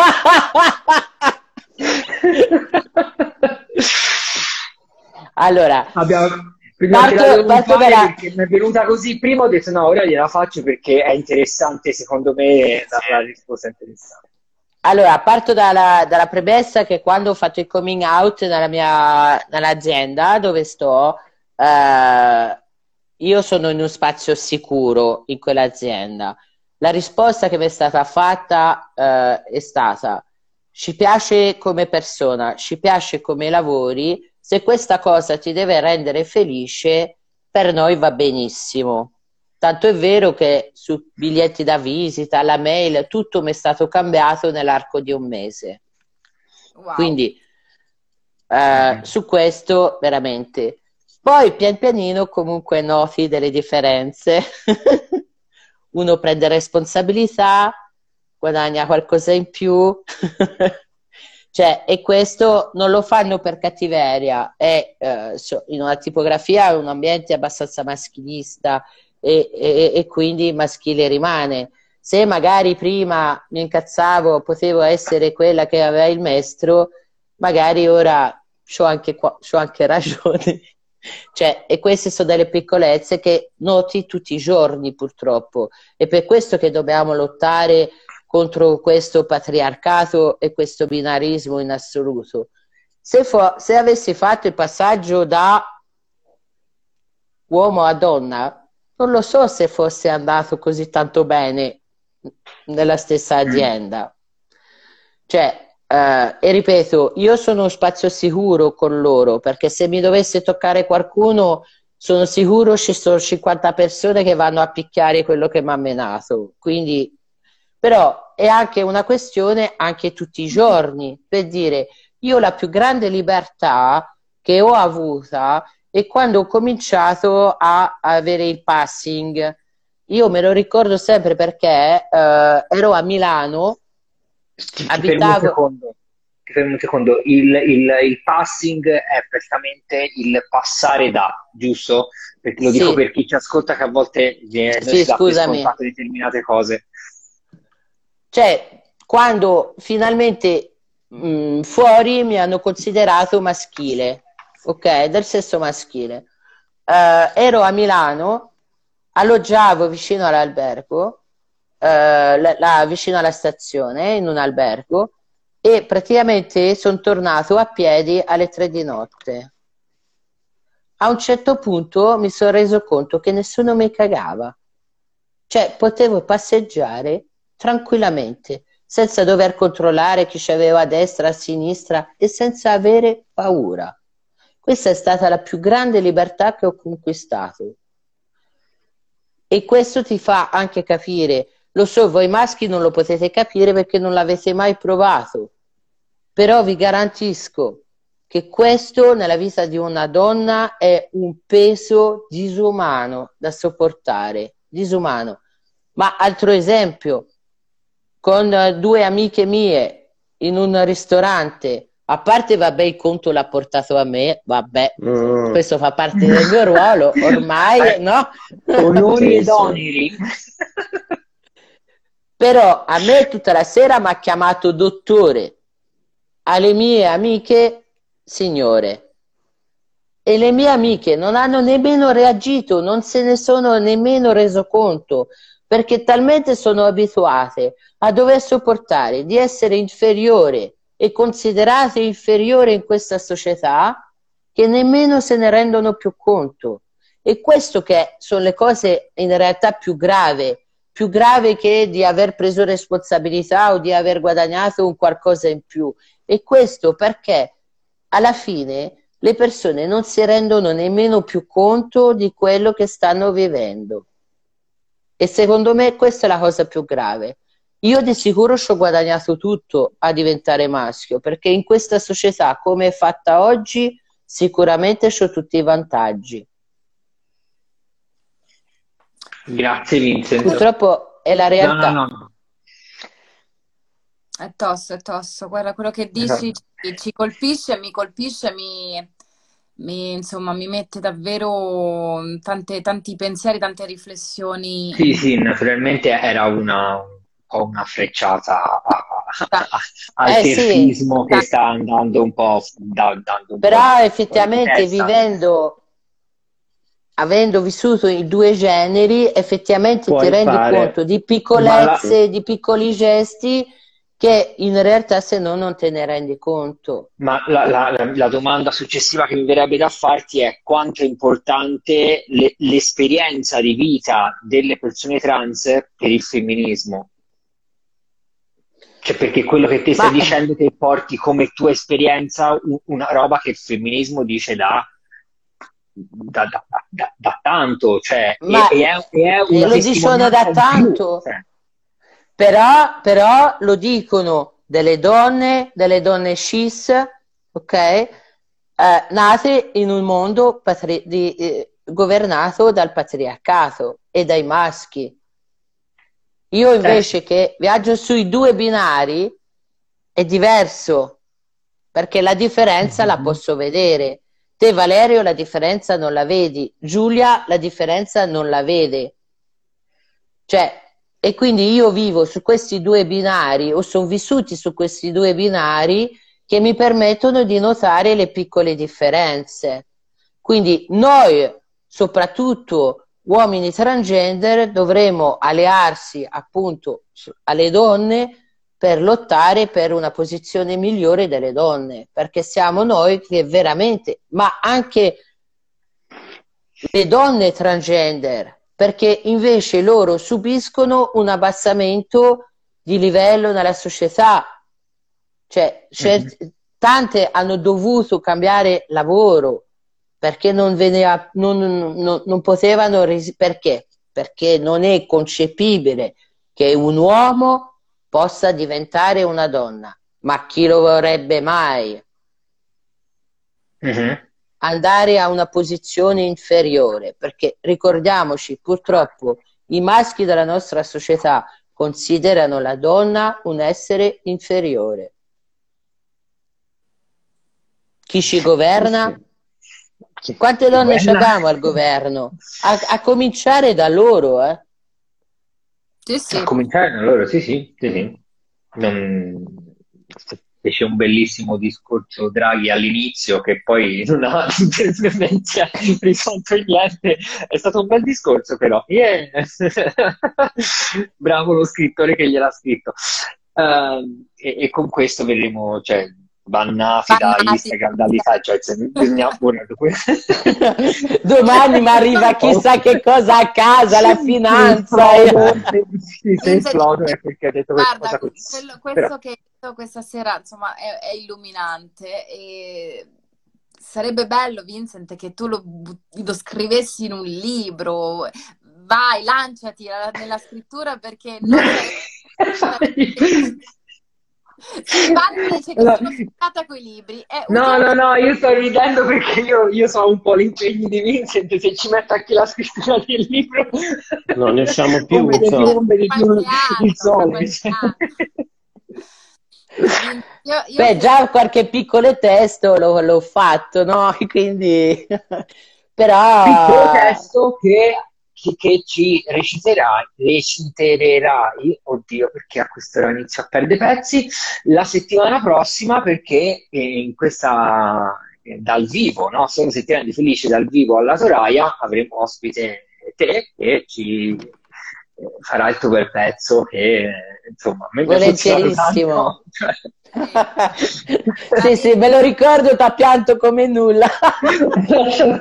Allora, Abbiamo... Non te la parto, dovevo parto fare dalla... perché mi è venuta così prima, ho detto no, ora gliela faccio perché è interessante, secondo me la, la risposta è interessante. Allora, parto dalla, dalla premessa che quando ho fatto il coming out nella mia, nell'azienda dove sto, eh, io sono in uno spazio sicuro in quell'azienda. La risposta che mi è stata fatta, eh, è stata: ci piace come persona, ci piace come lavori, se questa cosa ti deve rendere felice, per noi va benissimo. Tanto è vero che su biglietti da visita, la mail, tutto mi è stato cambiato nell'arco di un mese. Wow. Quindi eh, su questo veramente. Poi pian pianino comunque noti delle differenze. Uno prende responsabilità, guadagna qualcosa in più. Cioè, e questo non lo fanno per cattiveria, è eh, so- in una tipografia, è un ambiente abbastanza maschilista e, e- e quindi maschile rimane. Se magari prima mi incazzavo, potevo essere quella che aveva il maestro, magari ora c'ho anche, qua- c'ho anche ragione. Cioè, e queste sono delle piccolezze che noti tutti i giorni, purtroppo. È per questo che dobbiamo lottare contro questo patriarcato e questo binarismo in assoluto. Se, fo- se avessi fatto il passaggio da uomo a donna, non lo so se fosse andato così tanto bene nella stessa azienda. Cioè, eh, e ripeto, io sono uno spazio sicuro con loro, perché se mi dovesse toccare qualcuno, sono sicuro ci sono cinquanta persone che vanno a picchiare quello che mi ha menato. Quindi, però è anche una questione anche tutti i giorni, per dire, io la più grande libertà che ho avuta è quando ho cominciato a avere il passing. Io me lo ricordo sempre perché eh, ero a Milano, Ti, ti fermo un abitavo... secondo. Ti fermo un secondo. Il, il- il passing è praticamente il passare da, giusto? Perché lo dico Sì, per chi ci ascolta che a volte viene- noi sì, si dà per scusami. scontato determinate cose. Cioè, quando finalmente mh, fuori mi hanno considerato maschile, ok? Del sesso maschile. Eh, ero a Milano, alloggiavo vicino all'albergo eh, là, là vicino alla stazione, in un albergo, e praticamente sono tornato a piedi alle tre di notte. A un certo punto mi sono reso conto che nessuno mi cagava. Cioè, potevo passeggiare tranquillamente, senza dover controllare chi c'aveva a destra, a sinistra e senza avere paura. Questa è stata la più grande libertà che ho conquistato. E questo ti fa anche capire, lo so, voi maschi non lo potete capire perché non l'avete mai provato, però vi garantisco che questo nella vita di una donna è un peso disumano da sopportare, disumano. Ma altro esempio, con due amiche mie in un ristorante, a parte vabbè il conto l'ha portato a me, vabbè, Mm. questo fa parte del mio ruolo, ormai, no? Onori ed Sì, sì. oneri. Però a me tutta la sera mi ha chiamato dottore, alle mie amiche signore. E le mie amiche non hanno nemmeno reagito, non se ne sono nemmeno reso conto, perché talmente sono abituate a dover sopportare di essere inferiore e considerate inferiore in questa società che nemmeno se ne rendono più conto. E questo che sono le cose in realtà più grave, più grave che di aver preso responsabilità o di aver guadagnato un qualcosa in più. E questo perché alla fine le persone non si rendono nemmeno più conto di quello che stanno vivendo. E secondo me questa è la cosa più grave. Io di sicuro ci ho guadagnato tutto a diventare maschio, perché in questa società come è fatta oggi sicuramente ho tutti i vantaggi. Grazie Vincent. Purtroppo è la No, realtà. no, no. È tosto, è tosto. Guarda, quello che dici Esatto. ci, ci colpisce, mi colpisce, mi, mi, insomma, mi mette davvero tante, tanti pensieri, tante riflessioni. Sì, sì, naturalmente era una, un po' una frecciata a- a- al Eh sì, terfismo che sta andando un po', da- dando un po' però di fuori di effettivamente testa. vivendo, avendo vissuto i due generi, effettivamente ti Puoi rendi fare. conto di Ma la, piccolezze, di piccoli gesti che in realtà se no non te ne rendi conto. ma la- la- la- la domanda successiva che mi verrebbe da farti è quanto è importante le- l'esperienza di vita delle persone trans per il femminismo? Cioè, perché quello che te stai Ma, dicendo è che porti come tua esperienza u- una roba che il femminismo dice da, da, da- da- da tanto, cioè, e, ma e è, e è e una lo dicono da testimonianza in più. tanto, Cioè. però, però lo dicono delle donne, delle donne cis, ok? Eh, nate in un mondo patri- di- eh, governato dal patriarcato e dai maschi. Io Eh, invece che viaggio sui due binari è diverso, perché la differenza la mhm. posso vedere. Te, Valerio, la differenza non la vedi. Giulia, la differenza non la vede. Cioè, e quindi io vivo su questi due binari, o sono vissuti su questi due binari che mi permettono di notare le piccole differenze. Quindi noi, soprattutto uomini transgender, dovremo allearsi appunto su- alle donne per lottare per una posizione migliore delle donne, perché siamo noi che veramente, ma anche le donne transgender, perché invece loro subiscono un abbassamento di livello nella società, cioè Mhm. certi- tante hanno dovuto cambiare lavoro perché non, veniva, non, non- non potevano, resi- perché? Perché non è concepibile che un uomo possa diventare una donna, ma chi lo vorrebbe mai? Mhm. Andare a una posizione inferiore, perché ricordiamoci, purtroppo i maschi della nostra società considerano la donna un essere inferiore. Chi ci Sì, governa? Chi, Quante chi donne ci governa? abbiamo al governo? A, a cominciare da loro, eh? Sì, A sì. cominciare da loro, sì, sì, sì, sì. Non- fece un bellissimo discorso Draghi all'inizio che poi non ha interamente risolto niente. È stato un bel discorso però. Yeah. Bravo lo scrittore che gliel'ha scritto. Uh, e, e con questo vedremo, cioè, bannati da Bannati. Instagram, dall'Italia, cioè, se bisogna pure Domani mi arriva chissà che cosa a casa, la finanza. Sì, se esplodono è perché ha detto questa Guarda, cosa così. quello- questo Però- che hai detto questa sera, insomma, è, è illuminante e sarebbe bello, Vincent, che tu lo, bu- lo scrivessi in un libro. Vai, lanciati alla- nella scrittura perché non si parla dice che No. sono ficcata coi libri. È No, utile- no, no, io sto ridendo perché io, io so un po' gli impegni di Vincent, se ci metto anche la scrittura del libro Non ne usciamo più, non vede più, insomma. non vede più Qualche anno, il sole. qualche anno. Io, io Beh, se- già qualche piccolo testo l'ho, l'ho fatto, no? Quindi, però, Piccolo testo che, che, che ci reciterai, reciterai, oddio perché a quest'ora inizio a perdere pezzi, la settimana prossima perché eh, in questa, eh, dal vivo, no? Solo se ti rendi felice dal vivo alla Soraya, avremo ospite te che ci eh, farà il tuo bel pezzo che eh, insomma a me mi ha funzionato tanto. volentierissimo. Cioè- Sì, sì, me lo ricordo, t'ha pianto come nulla. Lascia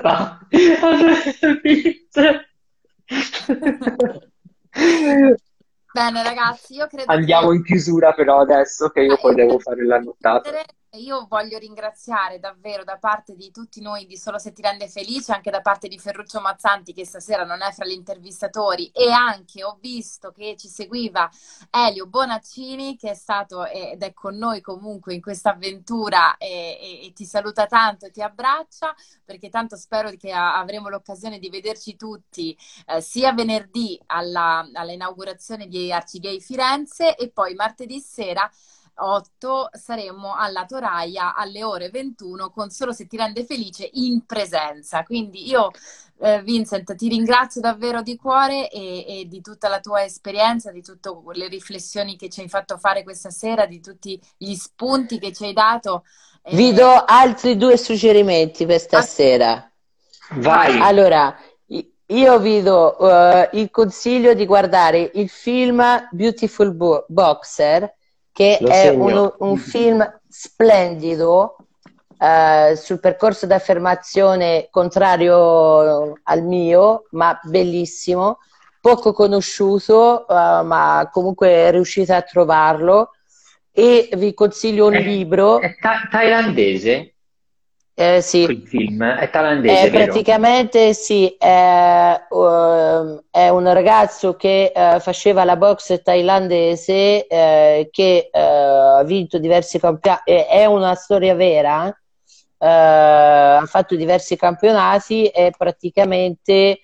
stare. Bene, ragazzi, io credo Andiamo che in chiusura però adesso che io Ah, poi io devo credo fare la nottata. Io voglio ringraziare davvero da parte di tutti noi di Solo se ti rende felice, anche da parte di Ferruccio Mazzanti che stasera non è fra gli intervistatori, e anche ho visto che ci seguiva Elio Bonaccini che è stato ed è con noi comunque in questa avventura e, e- e ti saluta tanto e ti abbraccia perché tanto spero che a- avremo l'occasione di vederci tutti eh, sia venerdì alla, all'inaugurazione di Arcigay Firenze e poi martedì sera otto saremo alla Toraia alle ore ventuno con Solo se ti rende felice in presenza. Quindi io, eh, Vincent, ti ringrazio davvero di cuore e, e di tutta la tua esperienza, di tutte le riflessioni che ci hai fatto fare questa sera, di tutti gli spunti che ci hai dato. Eh, Vi do altri due suggerimenti per stasera. Vai. Allora, i- io vi do eh, il consiglio di guardare il film Beautiful Bo- Boxer, che Lo è segno. uno- un film splendido eh, sul percorso d'affermazione contrario al mio, ma bellissimo, poco conosciuto, eh, ma comunque riuscite a trovarlo. E vi consiglio un È, libro, è tha- thailandese eh, sì. quel film? È thailandese, Eh, vero? praticamente sì, è, uh, è un ragazzo che uh, faceva la box thailandese eh, che uh, ha vinto diversi campionati, è una storia vera, eh, ha fatto diversi campionati e praticamente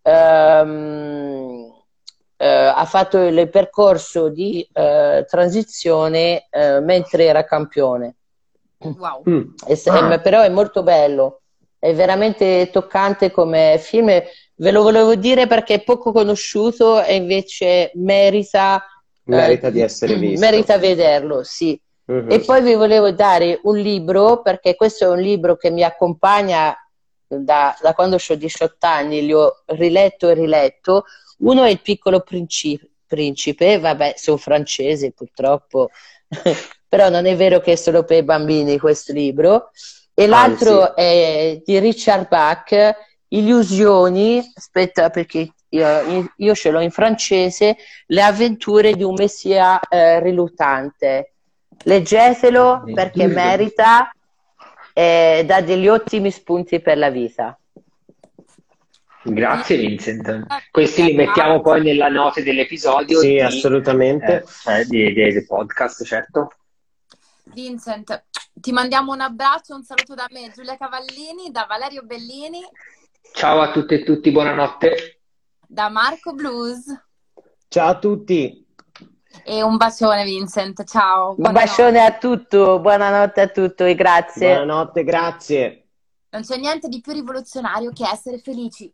ehm, eh, ha fatto il percorso di eh, transizione eh, mentre era campione. wow. Mm. E se- Ah. però è molto bello, è veramente toccante come film. Ve lo volevo dire perché è poco conosciuto e invece merita, Merita eh, di essere visto. merita vederlo, sì. Mhm. E poi vi volevo dare un libro, perché questo è un libro che mi accompagna da, da quando ho diciotto anni, li ho riletto e riletto. Uno è Il Piccolo Princi- Principe, vabbè, sono francese purtroppo, però non è vero che è solo per i bambini questo libro. E l'altro Anzi. è di Richard Bach, Illusioni, aspetta perché io, io ce l'ho in francese, Le avventure di un messia eh, riluttante. Leggetelo perché merita e dà degli ottimi spunti per la vita. Grazie Vincent. Questi li mettiamo poi nella note dell'episodio Sì, di, assolutamente. eh, cioè di, di- del podcast, certo. Vincent, ti mandiamo un abbraccio, un saluto da me, Giulia Cavallini, da Valerio Bellini, Ciao a tutte e tutti, buonanotte. da Marco Blues Ciao a tutti. e un bacione Vincent, ciao. Un buonanotte. bacione a tutti, buonanotte a tutti e grazie. Buonanotte, grazie. Non c'è niente di più rivoluzionario che essere felici.